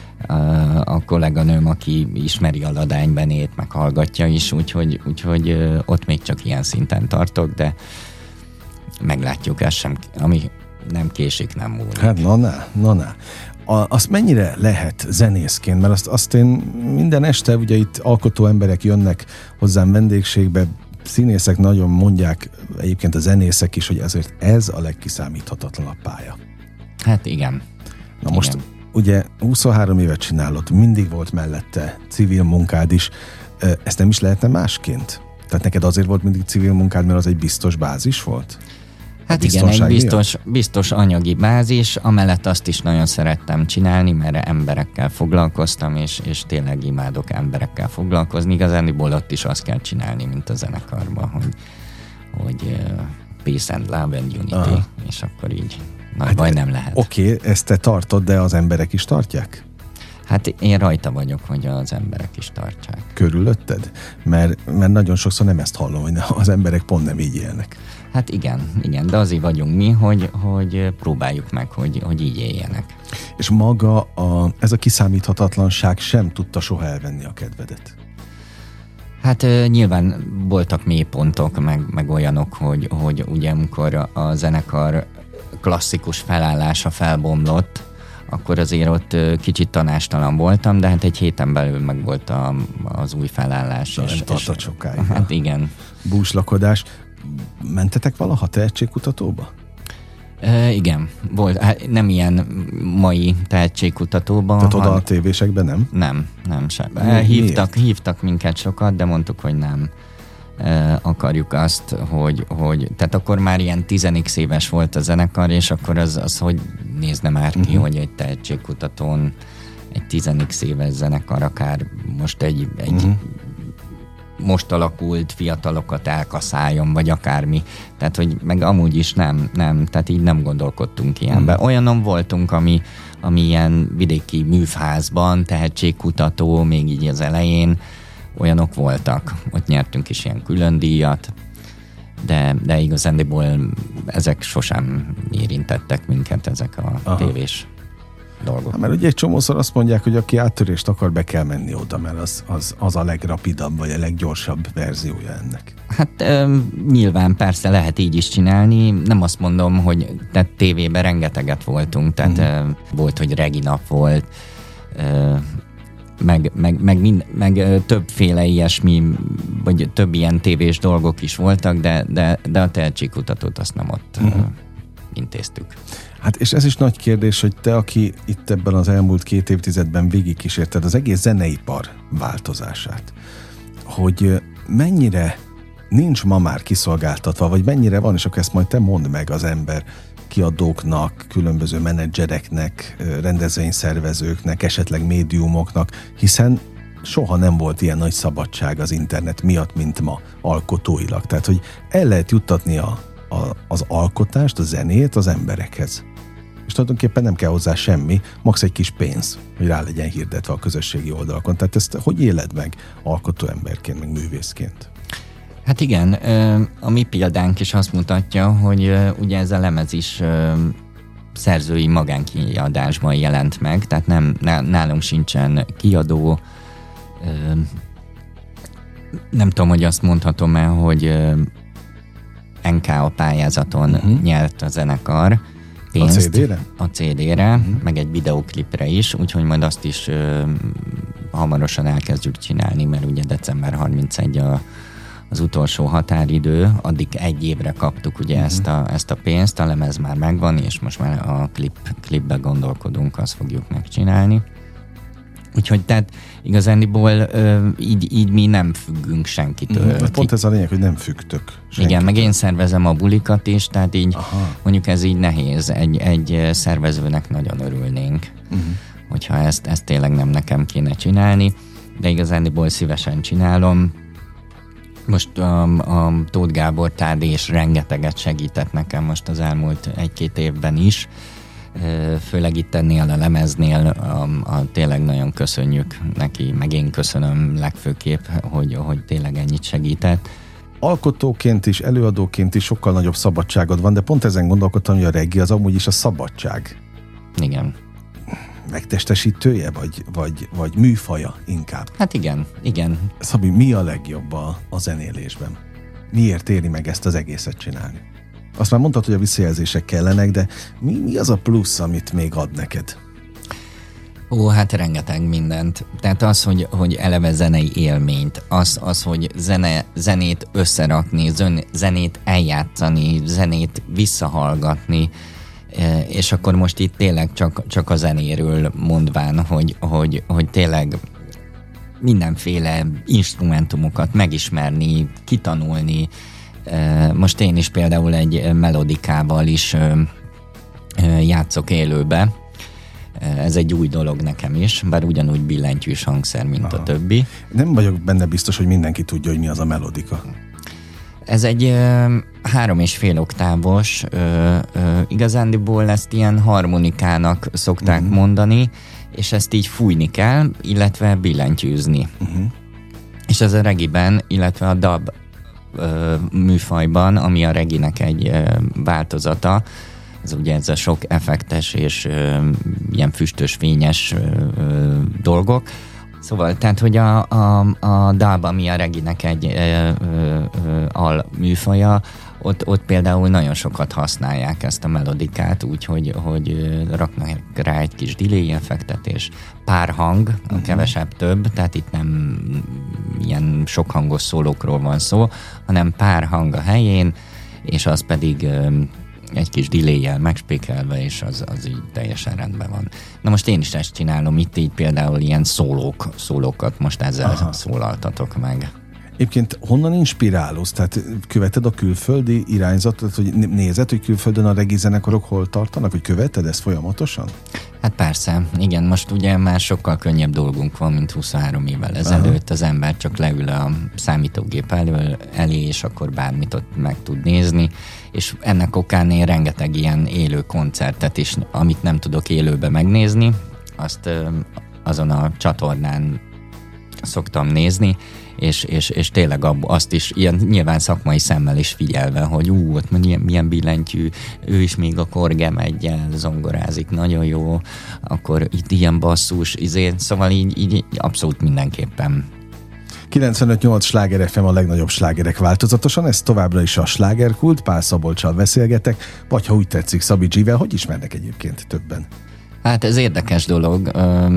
A kolléganőm, aki ismeri a Ladány Benét, meg hallgatja is, úgyhogy, úgyhogy ott még csak ilyen szinten tartok, de meglátjuk, ez sem, ami nem késik, nem múlik. Hát na, na, na, na. A, azt mennyire lehet zenészként, mert azt, azt én minden este, ugye itt alkotó emberek jönnek hozzám vendégségbe, színészek nagyon mondják, egyébként a zenészek is, hogy ezért ez a legkiszámíthatatlanabb pálya. Hát igen. Na igen. most ugye huszonhárom évet csinálod, mindig volt mellette civil munkád is, ezt nem is lehetne másként? Tehát neked azért volt mindig civil munkád, mert az egy biztos bázis volt? Hát igen, egy biztos, biztos anyagi bázis, amellett azt is nagyon szerettem csinálni, mert emberekkel foglalkoztam, és, és tényleg imádok emberekkel foglalkozni. Igazániból ott is azt kell csinálni, mint a zenekarban, hogy, hogy uh, peace and love and unity, Aha. és akkor így nagy hát baj nem lehet. Oké, okay, ezt te tartod, de az emberek is tartják? Hát én rajta vagyok, hogy az emberek is tartsák. Körülötted? Mert, mert nagyon sokszor nem ezt hallom, hogy az emberek pont nem így élnek. Hát igen, igen, de azért vagyunk mi, hogy, hogy próbáljuk meg, hogy, hogy így éljenek. És maga a, ez a kiszámíthatatlanság sem tudta soha elvenni a kedvedet? Hát uh, nyilván voltak mélypontok, meg, meg olyanok, hogy, hogy ugye amikor a zenekar klasszikus felállása felbomlott, akkor azért ott uh, kicsit tanástalan voltam, de hát egy héten belül meg volt a, az új felállás. De és, nem tartott sokáig. Hát igen. Búslakodás. Mentetek valaha tehetségkutatóba? E, igen, volt. Hát nem ilyen mai tehetségkutatóban. Tehát oda a tévésekben nem? Nem, nem sem. E, hívtak, hívtak minket sokat, de mondtuk, hogy nem e, akarjuk azt, hogy, hogy tehát akkor már ilyen tizenik éves volt a zenekar, és akkor az, az hogy nézne már ki, uh-huh. hogy egy tehetségkutatón egy tizenik éves zenekar akár most egy, egy uh-huh. most alakult fiatalokat elkaszáljon, vagy akármi. Tehát, hogy meg amúgy is nem, nem, tehát így nem gondolkodtunk ilyenben. Hmm. Olyanon voltunk, ami, ami ilyen vidéki művházban, tehetségkutató, még így az elején, olyanok voltak. Ott nyertünk is ilyen külön díjat, de, de igazándiból ezek sosem érintettek minket, ezek a Aha. tévés dolgok. Hát, mert ugye egy csomószor azt mondják, hogy aki áttörést akar, be kell menni oda, mert az, az, az a legrapidabb, vagy a leggyorsabb verziója ennek. Hát ö, nyilván persze lehet így is csinálni. Nem azt mondom, hogy tehát tévében rengeteget voltunk, tehát mm. ö, volt, hogy reginap volt, ö, meg, meg, meg, mind, meg ö, többféle ilyesmi, vagy több ilyen tévés dolgok is voltak, de, de, de a tehetségkutatót azt nem ott mm. ö, intéztük. Hát és ez is nagy kérdés, hogy te, aki itt ebben az elmúlt két évtizedben végigkísérted az egész zeneipar változását, hogy mennyire nincs ma már kiszolgáltatva, vagy mennyire van, és akkor ezt majd te mondd meg az ember kiadóknak, különböző menedzsereknek, rendezvényszervezőknek, esetleg médiumoknak, hiszen soha nem volt ilyen nagy szabadság az internet miatt, mint ma alkotóilag. Tehát, hogy el lehet juttatni a, a, az alkotást, a zenét az emberekhez. És tulajdonképpen nem kell hozzá semmi, max egy kis pénz, hogy rá legyen hirdetve a közösségi oldalakon. Tehát ezt hogy éled meg alkotó emberként, meg művészként? Hát igen, a mi példánk is azt mutatja, hogy ugye ez a lemez is szerzői magánkiadásban jelent meg, tehát nem, nálunk sincsen kiadó, nem tudom, hogy azt mondhatom el, hogy en ká á pályázaton uh-huh. nyert a zenekar pénzt. A cé dére? A cé dére, uh-huh. meg egy videóklipre is, úgyhogy majd azt is ö, hamarosan elkezdjük csinálni, mert ugye december harmincegyedike a, az utolsó határidő, addig egy évre kaptuk ugye uh-huh. ezt, a, ezt a pénzt, a lemez már megvan, és most már a klip, klipbe gondolkodunk, azt fogjuk megcsinálni. Úgyhogy tehát igazániból ö, így, így mi nem függünk senkitől. Mm, pont ez a lényeg, hogy nem függtök senkitől. Igen, meg én szervezem a bulikat is, tehát így Aha. mondjuk ez így nehéz. Egy, egy szervezőnek nagyon örülnénk, uh-huh. hogyha ezt, ezt tényleg nem nekem kéne csinálni, de igazániból szívesen csinálom. Most a, a Tóth Gábor Tádé is rengeteget segített nekem most az elmúlt egy-két évben is, főleg itt ennél a lemeznél, a, a, tényleg nagyon köszönjük neki, meg én köszönöm legfőképp, hogy, hogy tényleg ennyit segített. Alkotóként is, előadóként is sokkal nagyobb szabadságod van, de pont ezen gondolkodtam, hogy a reggae az amúgy is a szabadság. Igen. Megtestesítője, vagy, vagy, vagy műfaja inkább? Hát igen, igen. Szabi, mi a legjobb a, a zenélésben? Miért éri meg ezt az egészet csinálni? Azt már mondtad, hogy a visszajelzések kellenek, de mi, mi az a plusz, amit még ad neked? Ó, hát rengeteg mindent. Tehát az, hogy, hogy eleve zenei élményt, az, az hogy zene, zenét összerakni, zenét eljátszani, zenét visszahallgatni, és akkor most itt tényleg csak, csak a zenéről mondván, hogy, hogy, hogy tényleg mindenféle instrumentumokat megismerni, kitanulni. Most én is például egy melodikával is játszok élőbe. Ez egy új dolog nekem is, bár ugyanúgy billentyűs hangszer, mint Aha. a többi. Nem vagyok benne biztos, hogy mindenki tudja, hogy mi az a melodika. Ez egy ö, három és fél oktávos, ö, ö, igazándiból ezt ilyen harmonikának szokták mm. mondani, és ezt így fújni kell, illetve billentyűzni. Uh-huh. És ez a regiben, illetve a dub ö, műfajban, ami a reginek egy ö, változata, ez ugye ez a sok effektes és ö, ilyen füstös, fényes ö, ö, dolgok. Szóval, tehát, hogy a, a, a dub, ami a reginek egy ö, ö, ö, al műfaja, ott, ott például nagyon sokat használják ezt a melodikát, úgyhogy hogy raknak rá egy kis delay effektet, és pár hang, uh-huh. kevesebb több, tehát itt nem ilyen sok hangos szólókról van szó, hanem pár hang a helyén, és az pedig ö, egy kis delay-jel megspékelve, és az, az így teljesen rendben van. Na most én is ezt csinálom, itt így például ilyen szólók, szólókat most ezzel Aha. szólaltatok meg. Egyébként honnan inspirálódsz? Tehát követed a külföldi irányzatot, hogy nézed, hogy külföldön a regi zenekarok hol tartanak, hogy követed ezt folyamatosan? Hát persze, igen, most ugye már sokkal könnyebb dolgunk van, mint huszonhárom évvel ezelőtt. Aha. Az ember csak leül a számítógép elő, elé, és akkor bármit ott meg tud nézni, és ennek okán én rengeteg ilyen élő koncertet is, amit nem tudok élőbe megnézni, azt azon a csatornán szoktam nézni, és, és, és tényleg azt is ilyen nyilván szakmai szemmel is figyelve, hogy ú, ott milyen, milyen billentyű, ő is még a korgem egyen zongorázik, nagyon jó, akkor itt ilyen basszus, izé, szóval így, így abszolút mindenképpen. kilencvenöt nyolc Sláger ef em a legnagyobb slágerek változatosan, ez továbbra is a Slágerkult, Pál Szabolccsal beszélgetek, vagy ha úgy tetszik, Szabi G-vel, hogy ismernek egyébként többen? Hát ez érdekes dolog.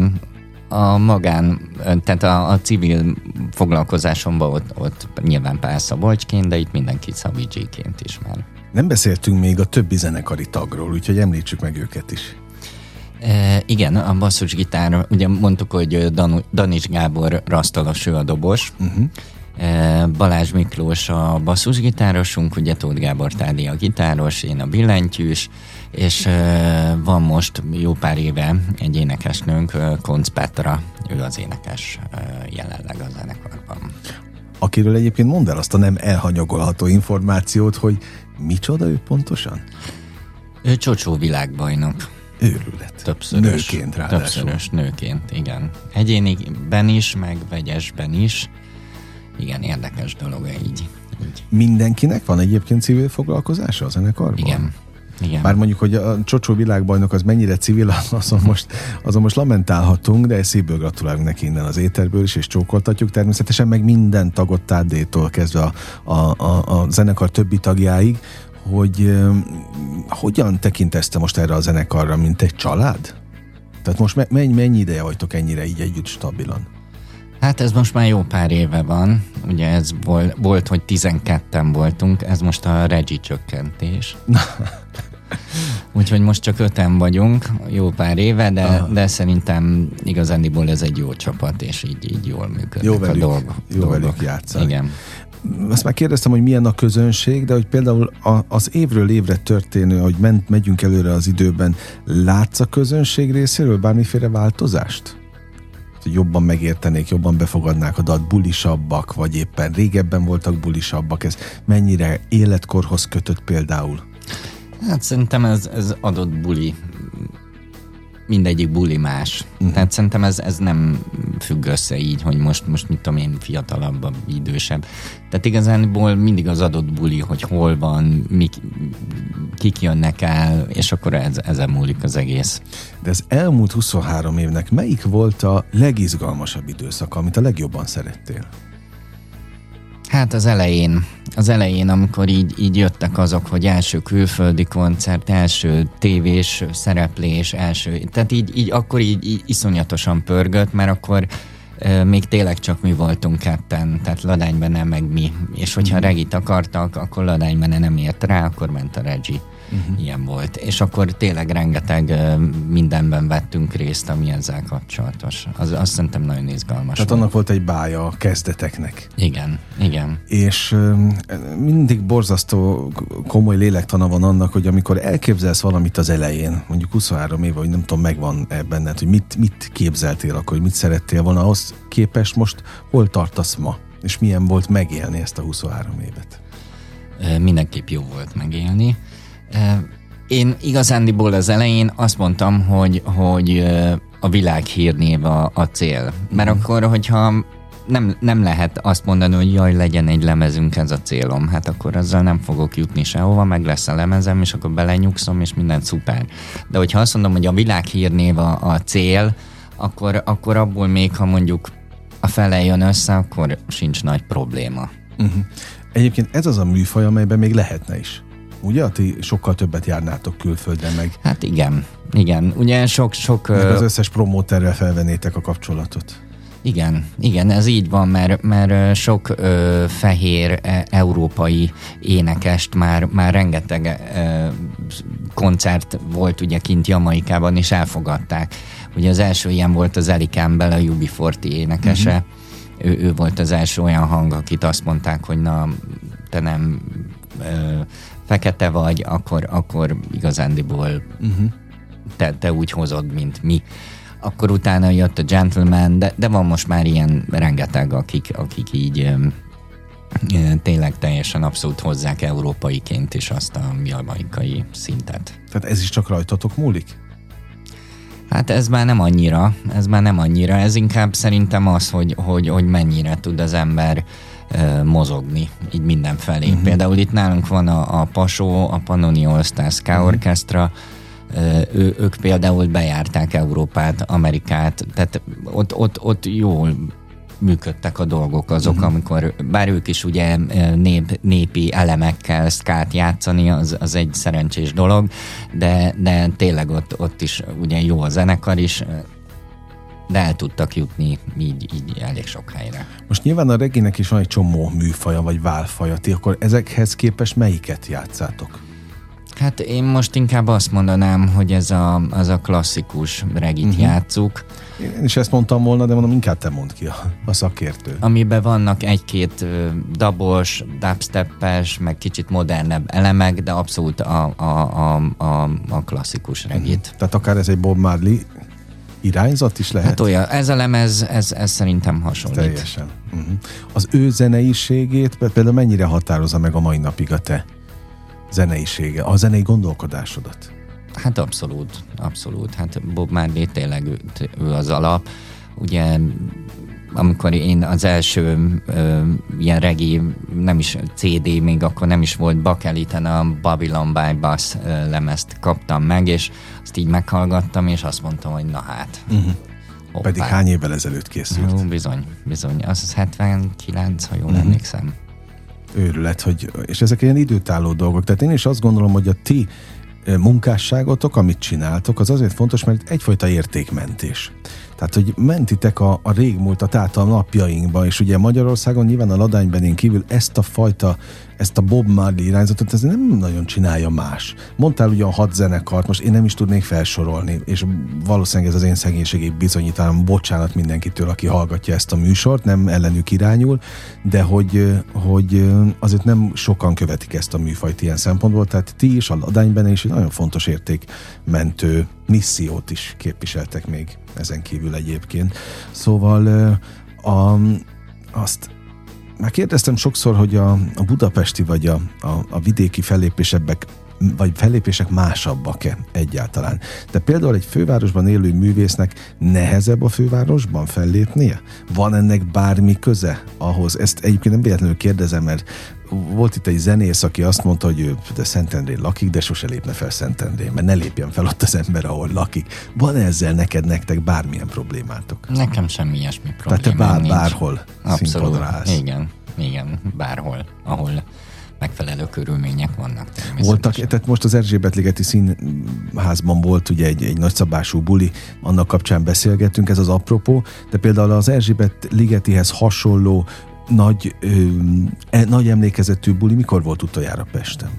A magán, tehát a, a civil foglalkozásomban ott, ott nyilván Pál Szabolcsként, de itt mindenki Szabi G-ként ismer. Nem beszéltünk még a többi zenekari tagról, úgyhogy említsük meg őket is. E, igen, a basszusgitár, ugye mondtuk, hogy Dan, Danis Gábor rasztalos, ő a dobos, uh-huh. e, Balázs Miklós a basszusgitárosunk, ugye Tóth Gábor Tádi a gitáros, én a billentyűs, és e, van most jó pár éve egy énekesnőnk, Koncz Petra, ő az énekes e, jelenleg a zenekarban. Akiről egyébként mondd el azt a nem elhanyagolható információt, hogy micsoda ő pontosan? Ő csocsó világbajnok. Őrület. Többszörös. Nőként ráadásul. Többszörös nőként, igen. Egyéniben is, meg vegyesben is. Igen, érdekes dolog így. így. Mindenkinek van egyébként civil foglalkozása a zenekarban? Igen. Igen. Bár mondjuk, hogy a csocsó világbajnok az mennyire civil, azon most, azon most lamentálhatunk, de szívből gratulálunk neki innen az éterből is, és csókoltatjuk természetesen, meg minden tagot Tádétól kezdve a, a, a, a zenekar többi tagjáig, hogy um, hogyan tekintesz te most erre a zenekarra, mint egy család? Tehát most me- mennyi, mennyi ideje vagytok ennyire így együtt stabilan? Hát ez most már jó pár éve van, ugye ez volt, volt hogy tizenketten voltunk, ez most a regi csökkentés. Úgyhogy most csak öten vagyunk, jó pár éve, de, de szerintem igazándiból ez egy jó csapat, és így, így jól működnek jó velük, a dolgok. Jó velük játszani. Igen. Azt már kérdeztem, hogy milyen a közönség, de hogy például a, az évről évre történő, hogy ment, megyünk előre az időben, látsz a közönség részéről bármiféle változást? Hogy jobban megértenék, jobban befogadnák a dalt, bulisabbak, vagy éppen régebben voltak bulisabbak, ez mennyire életkorhoz kötött például? Hát szerintem ez, ez adott buli, mindegyik buli más. Uh-huh. Tehát szerintem ez, ez nem függ össze így, hogy most, most mit tudom én, fiatalabb, idősebb. Tehát igazából mindig az adott buli, hogy hol van, mik, kik jönnek el, és akkor ez, ezen múlik az egész. De az elmúlt huszonhárom évnek melyik volt a legizgalmasabb időszaka, amit a legjobban szerettél? Hát az elején, az elején, amikor így, így jöttek azok, hogy első külföldi koncert, első tévés szereplés, első, tehát így, így akkor így, így iszonyatosan pörgött, mert akkor e, még tényleg csak mi voltunk ketten, tehát Ladánybene meg mi, és hogyha mm. regit akartak, akkor Ladánybene nem ért rá, akkor ment a regi. Uh-huh. Ilyen volt. És akkor tényleg rengeteg uh, mindenben vettünk részt, ami ezzel kapcsolatos. Az, azt szerintem nagyon izgalmas. Tehát volt. Annak volt egy bája a kezdeteknek. Igen, igen. És um, mindig borzasztó komoly lélektana van annak, hogy amikor elképzelsz valamit az elején, mondjuk huszonhárom éve, hogy nem tudom, megvan benned, hogy mit, mit képzeltél akkor, hogy mit szerettél volna, ahhoz képest most hol tartasz ma? És milyen volt megélni ezt a huszonhárom évet? Uh, mindenképp jó volt megélni. Én igazándiból az elején azt mondtam, hogy, hogy a világhírnév a, a cél. Mert mm. akkor, hogyha nem, nem lehet azt mondani, hogy jaj, legyen egy lemezünk, ez a célom. Hát akkor azzal nem fogok jutni sehova, meg lesz a lemezem, és akkor belenyugszom, és minden szuper. De hogyha azt mondom, hogy a világhírnév a, a cél, akkor, akkor abból még, ha mondjuk a fele jön össze, akkor sincs nagy probléma. Uh-huh. Egyébként ez az a műfaj, amelyben még lehetne is. Ugye? Ti sokkal többet járnátok külföldre meg. Hát igen, igen. Ugye sok... sok meg az összes promóterrel felvennétek a kapcsolatot. Igen, igen, ez így van, mert, mert sok ö, fehér e, európai énekest már, már rengeteg ö, koncert volt ugye kint Jamaikában, és elfogadták. Ugye az első ilyen volt az Ellie Campbell, a U B negyven énekese. Uh-huh. Ő, ő volt az első olyan hang, akit azt mondták, hogy na, te nem ö, fekete vagy, akkor, akkor igazándiból uh-huh. te, te úgy hozod, mint mi. Akkor utána jött a Gentleman, de, de van most már ilyen rengeteg, akik, akik így ö, ö, tényleg teljesen abszolút hozzák európaiként is azt a jamaikai szintet. Tehát ez is csak rajtatok múlik? Hát ez már nem annyira, ez már nem annyira, ez inkább szerintem az, hogy, hogy, hogy mennyire tud az ember uh, mozogni, így mindenfelé. Uh-huh. Például itt nálunk van a, a Pasó, a Pannoni All Stars Ska uh-huh. Orchestra, uh, ő, ők például bejárták Európát, Amerikát, tehát ott, ott, ott jól működtek a dolgok azok, uh-huh. amikor, bár ők is ugye nép, népi elemekkel szkát játszani, az, az egy szerencsés dolog, de, de tényleg ott, ott is ugye jó a zenekar is, de el tudtak jutni így, így elég sok helyre. Most nyilván a reggae-nek is van egy csomó műfaja, vagy válfaja, ti akkor ezekhez képest melyiket játszátok? Hát én most inkább azt mondanám, hogy ez a, az a klasszikus reggae-t uh-huh. játsszuk. Én is ezt mondtam volna, de mondom, inkább te mondd ki a, a szakértő. Amiben vannak egy-két dabos, dubsteppes, meg kicsit modernebb elemek, de abszolút a, a, a, a, a klasszikus reggae-t. Uh-huh. Tehát akár ez egy Bob Marley irányzat is lehet? Hát olyan, ez a lemez, ez, ez szerintem hasonlít. Teljesen. Uh-huh. Az ő zeneiségét például mennyire határozza meg a mai napig a te zeneisége, a zenei gondolkodásodat? Hát abszolút, abszolút. Hát Bob Marley tényleg ő, ő az alap. Ugye amikor én az első ö, ilyen reggae, nem is cé dé, még akkor nem is volt Bakeliten, a Babylon by Bus ö, lemezt kaptam meg, és azt így meghallgattam, és azt mondtam, hogy na hát. Uh-huh. Pedig hány évvel ezelőtt készült? Ó, bizony, bizony. Az az hetvenkilenc, ha jól uh-huh. emlékszem. Őrület, hogy, és ezek ilyen időtálló dolgok. Tehát én is azt gondolom, hogy a ti munkásságotok, amit csináltok, az azért fontos, mert egyfajta értékmentés. Tehát, hogy mentitek a, a régmúltat át a napjainkba, és ugye Magyarországon nyilván a Ladánybenén kívül ezt a fajta, ezt a Bob Marley irányzatot, ez nem nagyon csinálja más. Mondtál ugye a hat zenekart, most én nem is tudnék felsorolni, és valószínűleg ez az én szegénységig bizonyítanom, bocsánat mindenkitől, aki hallgatja ezt a műsort, nem ellenük irányul, de hogy, hogy azért nem sokan követik ezt a műfajt ilyen szempontból, tehát ti is a Ladánybenén is egy nagyon fontos értékmentő missziót is képviseltek még ezen kívül egyébként. Szóval a, azt már kérdeztem sokszor, hogy a, a budapesti vagy a, a, a vidéki fellépésebbek vagy fellépések másabbak-e egyáltalán. De például egy fővárosban élő művésznek nehezebb a fővárosban fellépnie? Van ennek bármi köze ahhoz? Ezt egyébként nem véletlenül kérdezem, mert volt itt egy zenész, aki azt mondta, hogy ő de Szentendrén lakik, de sose lépne fel Szentendrén, mert ne lépjen fel ott az ember, ahol lakik. Van ezzel neked, nektek bármilyen problémátok? Nekem semmi ilyesmi problémám Tehát te bár, nincs. Bárhol Abszolút, igen, igen, bárhol, ahol megfelelő körülmények vannak. Voltak, tehát most az Erzsébet-ligeti Színházban volt ugye egy, egy nagyszabású buli, annak kapcsán beszélgettünk, ez az apropó, de például az Erzsébet-ligetihez hasonló nagy, ö, e, nagy emlékezetű buli mikor volt utoljára Pesten?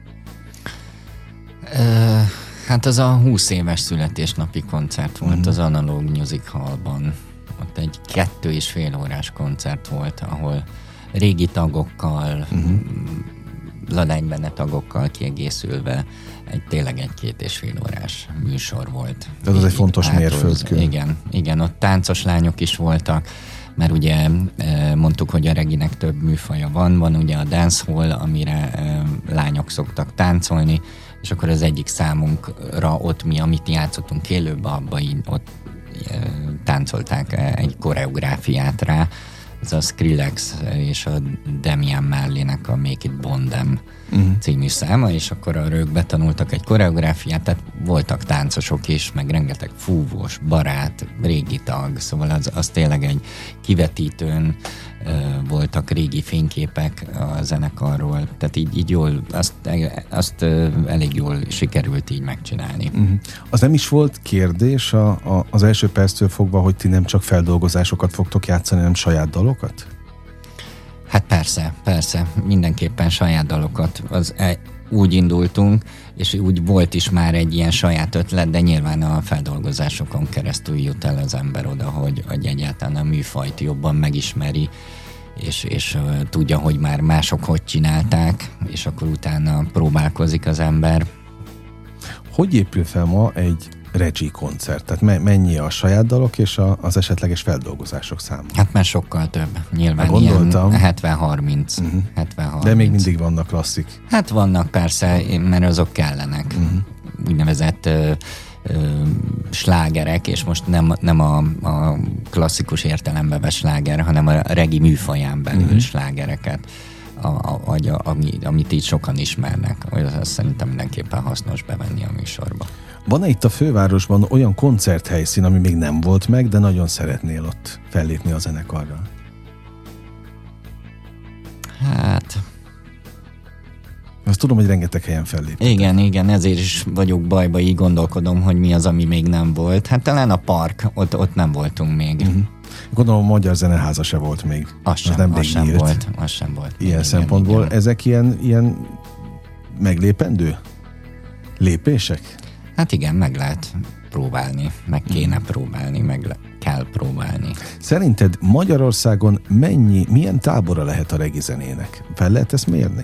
Ö, hát az a húsz éves születésnapi koncert volt mm. az Analog Music Hallban. Ott egy kettő és fél órás koncert volt, ahol régi tagokkal, uh-huh. Ladánybenne tagokkal kiegészülve egy tényleg egy két és fél órás műsor volt. Ez az egy fontos mérföldkő. Igen, igen, ott táncos lányok is voltak, mert ugye mondtuk, hogy a reginek több műfaja van, van ugye a dancehall, amire lányok szoktak táncolni, és akkor az egyik számunkra ott mi, amit játszottunk élőbe, abban ott táncolták egy koreográfiát rá, ez a Skrillex és a Damian Marley-nek a Make It Bondem uh-huh. című száma, és akkor arra ők betanultak egy koreográfiát, tehát voltak táncosok is, meg rengeteg fúvós, barát, régi tag, szóval az, az tényleg egy kivetítőn uh, voltak régi fényképek a zenekarról, tehát így, így jól, azt, azt uh, elég jól sikerült így megcsinálni. Uh-huh. Az nem is volt kérdés a, a, az első perctől fogva, hogy ti nem csak feldolgozásokat fogtok játszani, hanem saját dalokat? Hát persze, persze, mindenképpen saját dalokat. Az, úgy indultunk, és úgy volt is már egy ilyen saját ötlet, de nyilván a feldolgozásokon keresztül jut el az ember oda, hogy, hogy egyáltalán a műfajt jobban megismeri, és, és uh, tudja, hogy már mások hogy csinálták, és akkor utána próbálkozik az ember. Hogy épül fel ma egy Regi koncert? Tehát mennyi a saját dalok és a, az esetleges feldolgozások száma? Hát már sokkal több. Nyilván gondoltam. Ilyen hetven harminc. Uh-huh. hetven harminc. De még mindig vannak klasszik. Hát vannak persze, mert azok kellenek. Uh-huh. Úgynevezett ö, ö, slágerek, és most nem, nem a, a klasszikus értelembe vett sláger, hanem a regi műfaján belül uh-huh. slágereket, a, a, a, ami, amit így sokan ismernek. Azt szerintem mindenképpen hasznos bevenni a műsorba. Van-e itt a fővárosban olyan koncerthelyszín, ami még nem volt meg, de nagyon szeretnél ott fellépni a zenekarral? Hát... Azt tudom, hogy rengeteg helyen felléptetek. Igen, igen, ezért is vagyok bajba, így gondolkodom, hogy mi az, ami még nem volt. Hát talán a park, ott, ott nem voltunk még. Uh-huh. Gondolom, a Magyar Zeneháza se volt még. Az sem, az nem, az sem volt. Az sem volt. Ilyen igen, szempontból. Igen. Ezek ilyen, ilyen meglépendő lépések? Hát igen, meg lehet próbálni, meg kéne hmm. próbálni, meg le- kell próbálni. Szerinted Magyarországon mennyi, milyen tábora lehet a regi zenének? Fel lehet ezt mérni?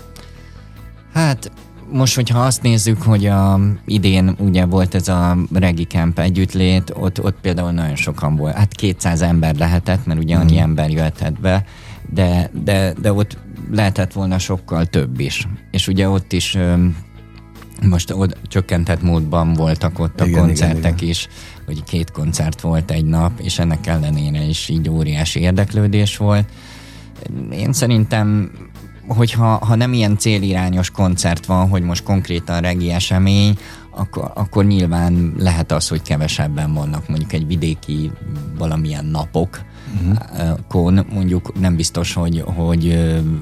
Hát most, hogyha azt nézzük, hogy a, idén ugye volt ez a Regi Camp együttlét, ott, ott például nagyon sokan volt. Hát kétszáz ember lehetett, mert ugye annyi hmm. ember jöhetett be, de, de, de ott lehetett volna sokkal több is. És ugye ott is most ott csökkentett módban voltak ott a igen, koncertek igen, igen. is, hogy két koncert volt egy nap, és ennek ellenére is így óriási érdeklődés volt. Én szerintem, hogyha ha nem ilyen célirányos koncert van, hogy most konkrétan regi esemény, akkor, akkor nyilván lehet az, hogy kevesebben vannak, mondjuk egy vidéki valamilyen napok, uh-huh. kon, mondjuk nem biztos, hogy, hogy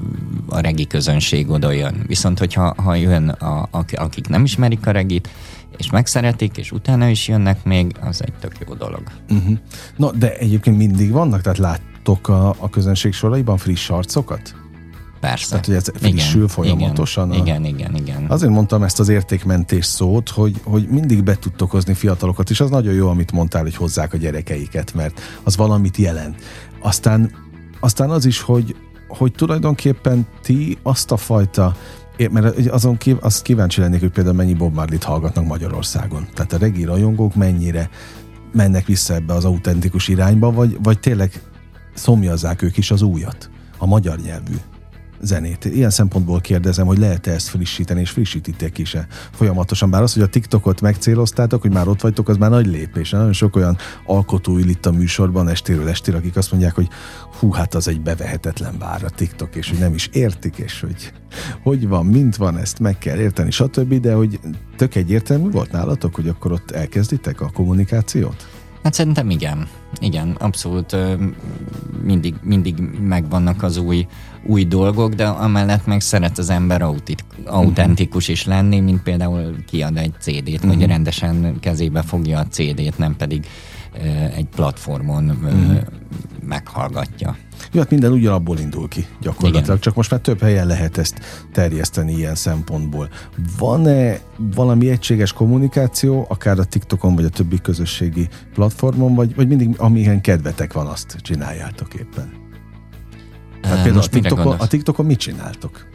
a regi közönség oda jön. Viszont, hogyha ha jön, a, akik nem ismerik a regit, és megszeretik, és utána is jönnek még, az egy tök jó dolog. Uh-huh. No, de egyébként mindig vannak, tehát láttok a, a közönség soraiban friss arcokat? Persze. Tehát, hogy ez frissül igen, folyamatosan? Igen, a... igen, igen, igen. Azért mondtam ezt az értékmentés szót, hogy, hogy mindig be tudtok hozni fiatalokat, és az nagyon jó, amit mondtál, hogy hozzák a gyerekeiket, mert az valamit jelent. Aztán, aztán az is, hogy, hogy tulajdonképpen ti azt a fajta, mert azon kív, azt kíváncsi lennék, hogy például mennyi Bob Marley-t hallgatnak Magyarországon. Tehát a regi rajongók mennyire mennek vissza ebbe az autentikus irányba, vagy, vagy tényleg szomjazzák ők is az újat, a magyar nyelvű zenét. Ilyen szempontból kérdezem, hogy lehet-e ezt frissíteni, és frissítitek is -e folyamatosan. Bár az, hogy a TikTokot megcéloztátok, hogy már ott vagytok, az már nagy lépés. Nagyon sok olyan alkotó ül itt a műsorban estéről estére, akik azt mondják, hogy hú, hát az egy bevehetetlen vár a TikTok, és hogy nem is értik, és hogy hogy van, mint van, ezt meg kell érteni, stb. De hogy tök egyértelmű volt nálatok, hogy akkor ott elkezditek a kommunikációt? Hát szerintem igen. Igen, abszolút mindig, mindig megvannak az új, új dolgok, de amellett meg szeret az ember autit, autentikus is lenni, mint például kiad egy cé dét, uh-huh. vagy rendesen kezébe fogja a cé dét, nem pedig egy platformon uh-huh. meghallgatja. Jó, hát minden ugyanabból indul ki gyakorlatilag, igen. Csak most már több helyen lehet ezt terjeszteni ilyen szempontból. Van-e valami egységes kommunikáció, akár a TikTokon, vagy a többi közösségi platformon, vagy, vagy mindig amilyen kedvetek van, azt csináljátok éppen? Hát például a TikTokon, a TikTokon mit csináltok?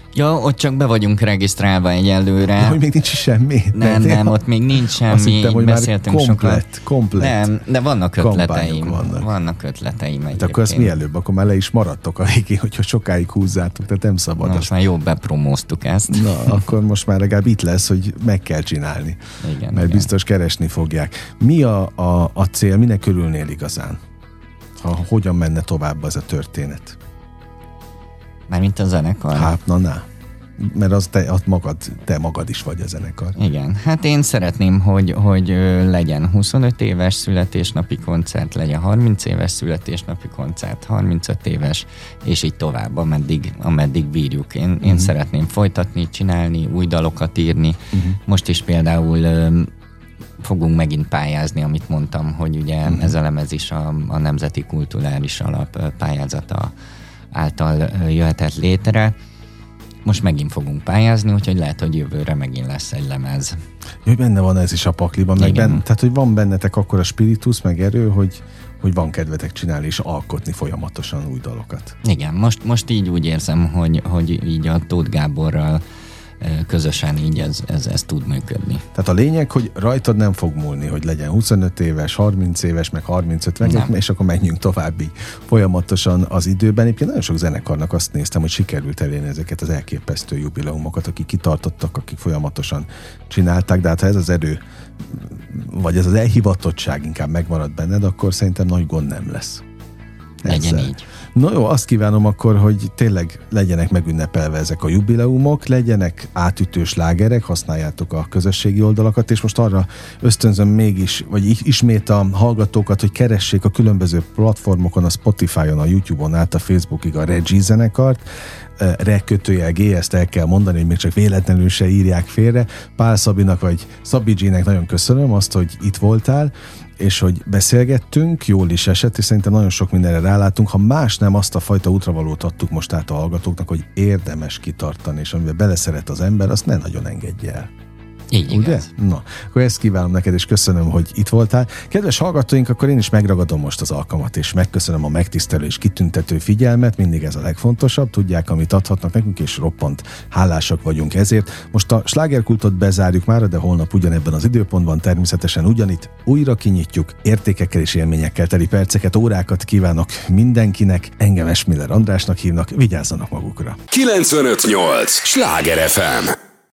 Ja, ott csak be vagyunk regisztrálva egyelőre. Ja, hogy még nincs semmi? Nem, nem, ott még nincs semmi. Azt hittem, hogy beszéltünk már komplet, sokat. komplet. Nem, de vannak ötleteim. Vannak. vannak ötleteim egyébként. Hát akkor ezt mielőbb, akkor már le is maradtok a végén, hogyha sokáig húzzátok, tehát nem szabad. Na, most már jobb bepromóztuk ezt. Na, akkor most már legalább itt lesz, hogy meg kell csinálni. Igen, mert igen. biztos keresni fogják. Mi a, a, a cél, minek örülnél igazán? Ha, hogyan menne tovább az a történet? Mármint a zenekar? Hát, na, na. Mert az te, az magad, te magad is vagy a zenekar. Igen, hát én szeretném, hogy, hogy legyen huszonöt éves születésnapi koncert, legyen harminc éves születésnapi koncert, harmincöt éves, és így tovább, ameddig, ameddig bírjuk. Én, uh-huh. én szeretném folytatni, csinálni, új dalokat írni. Uh-huh. Most is például fogunk megint pályázni, amit mondtam, hogy ugye uh-huh. ez a lemez is a, a Nemzeti Kulturális Alap pályázata által jöhetett létre. Most megint fogunk pályázni, úgyhogy lehet, hogy jövőre megint lesz egy lemez. Hogy benne van ez is a pakliban, meg benne, tehát hogy van bennetek akkor a spiritus, meg erő, hogy, hogy van kedvetek csinálni és alkotni folyamatosan új dalokat. Igen, most, most így úgy érzem, hogy, hogy így a Tóth Gáborral közösen így ez, ez, ez tud működni. Tehát a lényeg, hogy rajtad nem fog múlni, hogy legyen huszonöt éves, harminc éves, meg harmincöt, meg, és akkor menjünk tovább így folyamatosan az időben. Éppen nagyon sok zenekarnak azt néztem, hogy sikerült elérni ezeket az elképesztő jubileumokat, akik kitartottak, akik folyamatosan csinálták, de hát ha ez az erő, vagy ez az elhivatottság inkább megmarad benned, akkor szerintem nagy gond nem lesz. Legyen ezzel. Így. No jó, azt kívánom akkor, hogy tényleg legyenek megünnepelve ezek a jubileumok, legyenek átütő slágerek, használjátok a közösségi oldalakat, és most arra ösztönzöm mégis, vagy ismét a hallgatókat, hogy keressék a különböző platformokon, a Spotify-on, a YouTube-on át a Facebookig a Regi zenekart, Re kötőjel G, ezt el kell mondani, hogy még csak véletlenül se írják félre. Pál Szabinak vagy Szabi G-nek nagyon köszönöm azt, hogy itt voltál, és hogy beszélgettünk, jól is esett, és szerintem nagyon sok mindenre rálátunk. Ha más nem, azt a fajta útravalót adtuk most át a hallgatóknak, hogy érdemes kitartani, és amiben beleszeret az ember, azt ne nagyon engedje el. Így ugye? Igaz. Na, akkor ezt kívánom neked, és köszönöm, hogy itt voltál. Kedves hallgatóink, akkor én is megragadom most az alkalmat, és megköszönöm a megtisztelő és kitüntető figyelmet, mindig ez a legfontosabb, tudják, amit adhatnak nekünk, és roppant hálásak vagyunk ezért. Most a slágerkultot bezárjuk már, de holnap ugyanebben az időpontban természetesen ugyanitt újra kinyitjuk, értékekkel és élményekkel teli perceket, órákat kívánok mindenkinek, engem Esmiller Andrásnak hívnak, vigyázzanak magukra. kilencvenöt nyolc Sláger ef em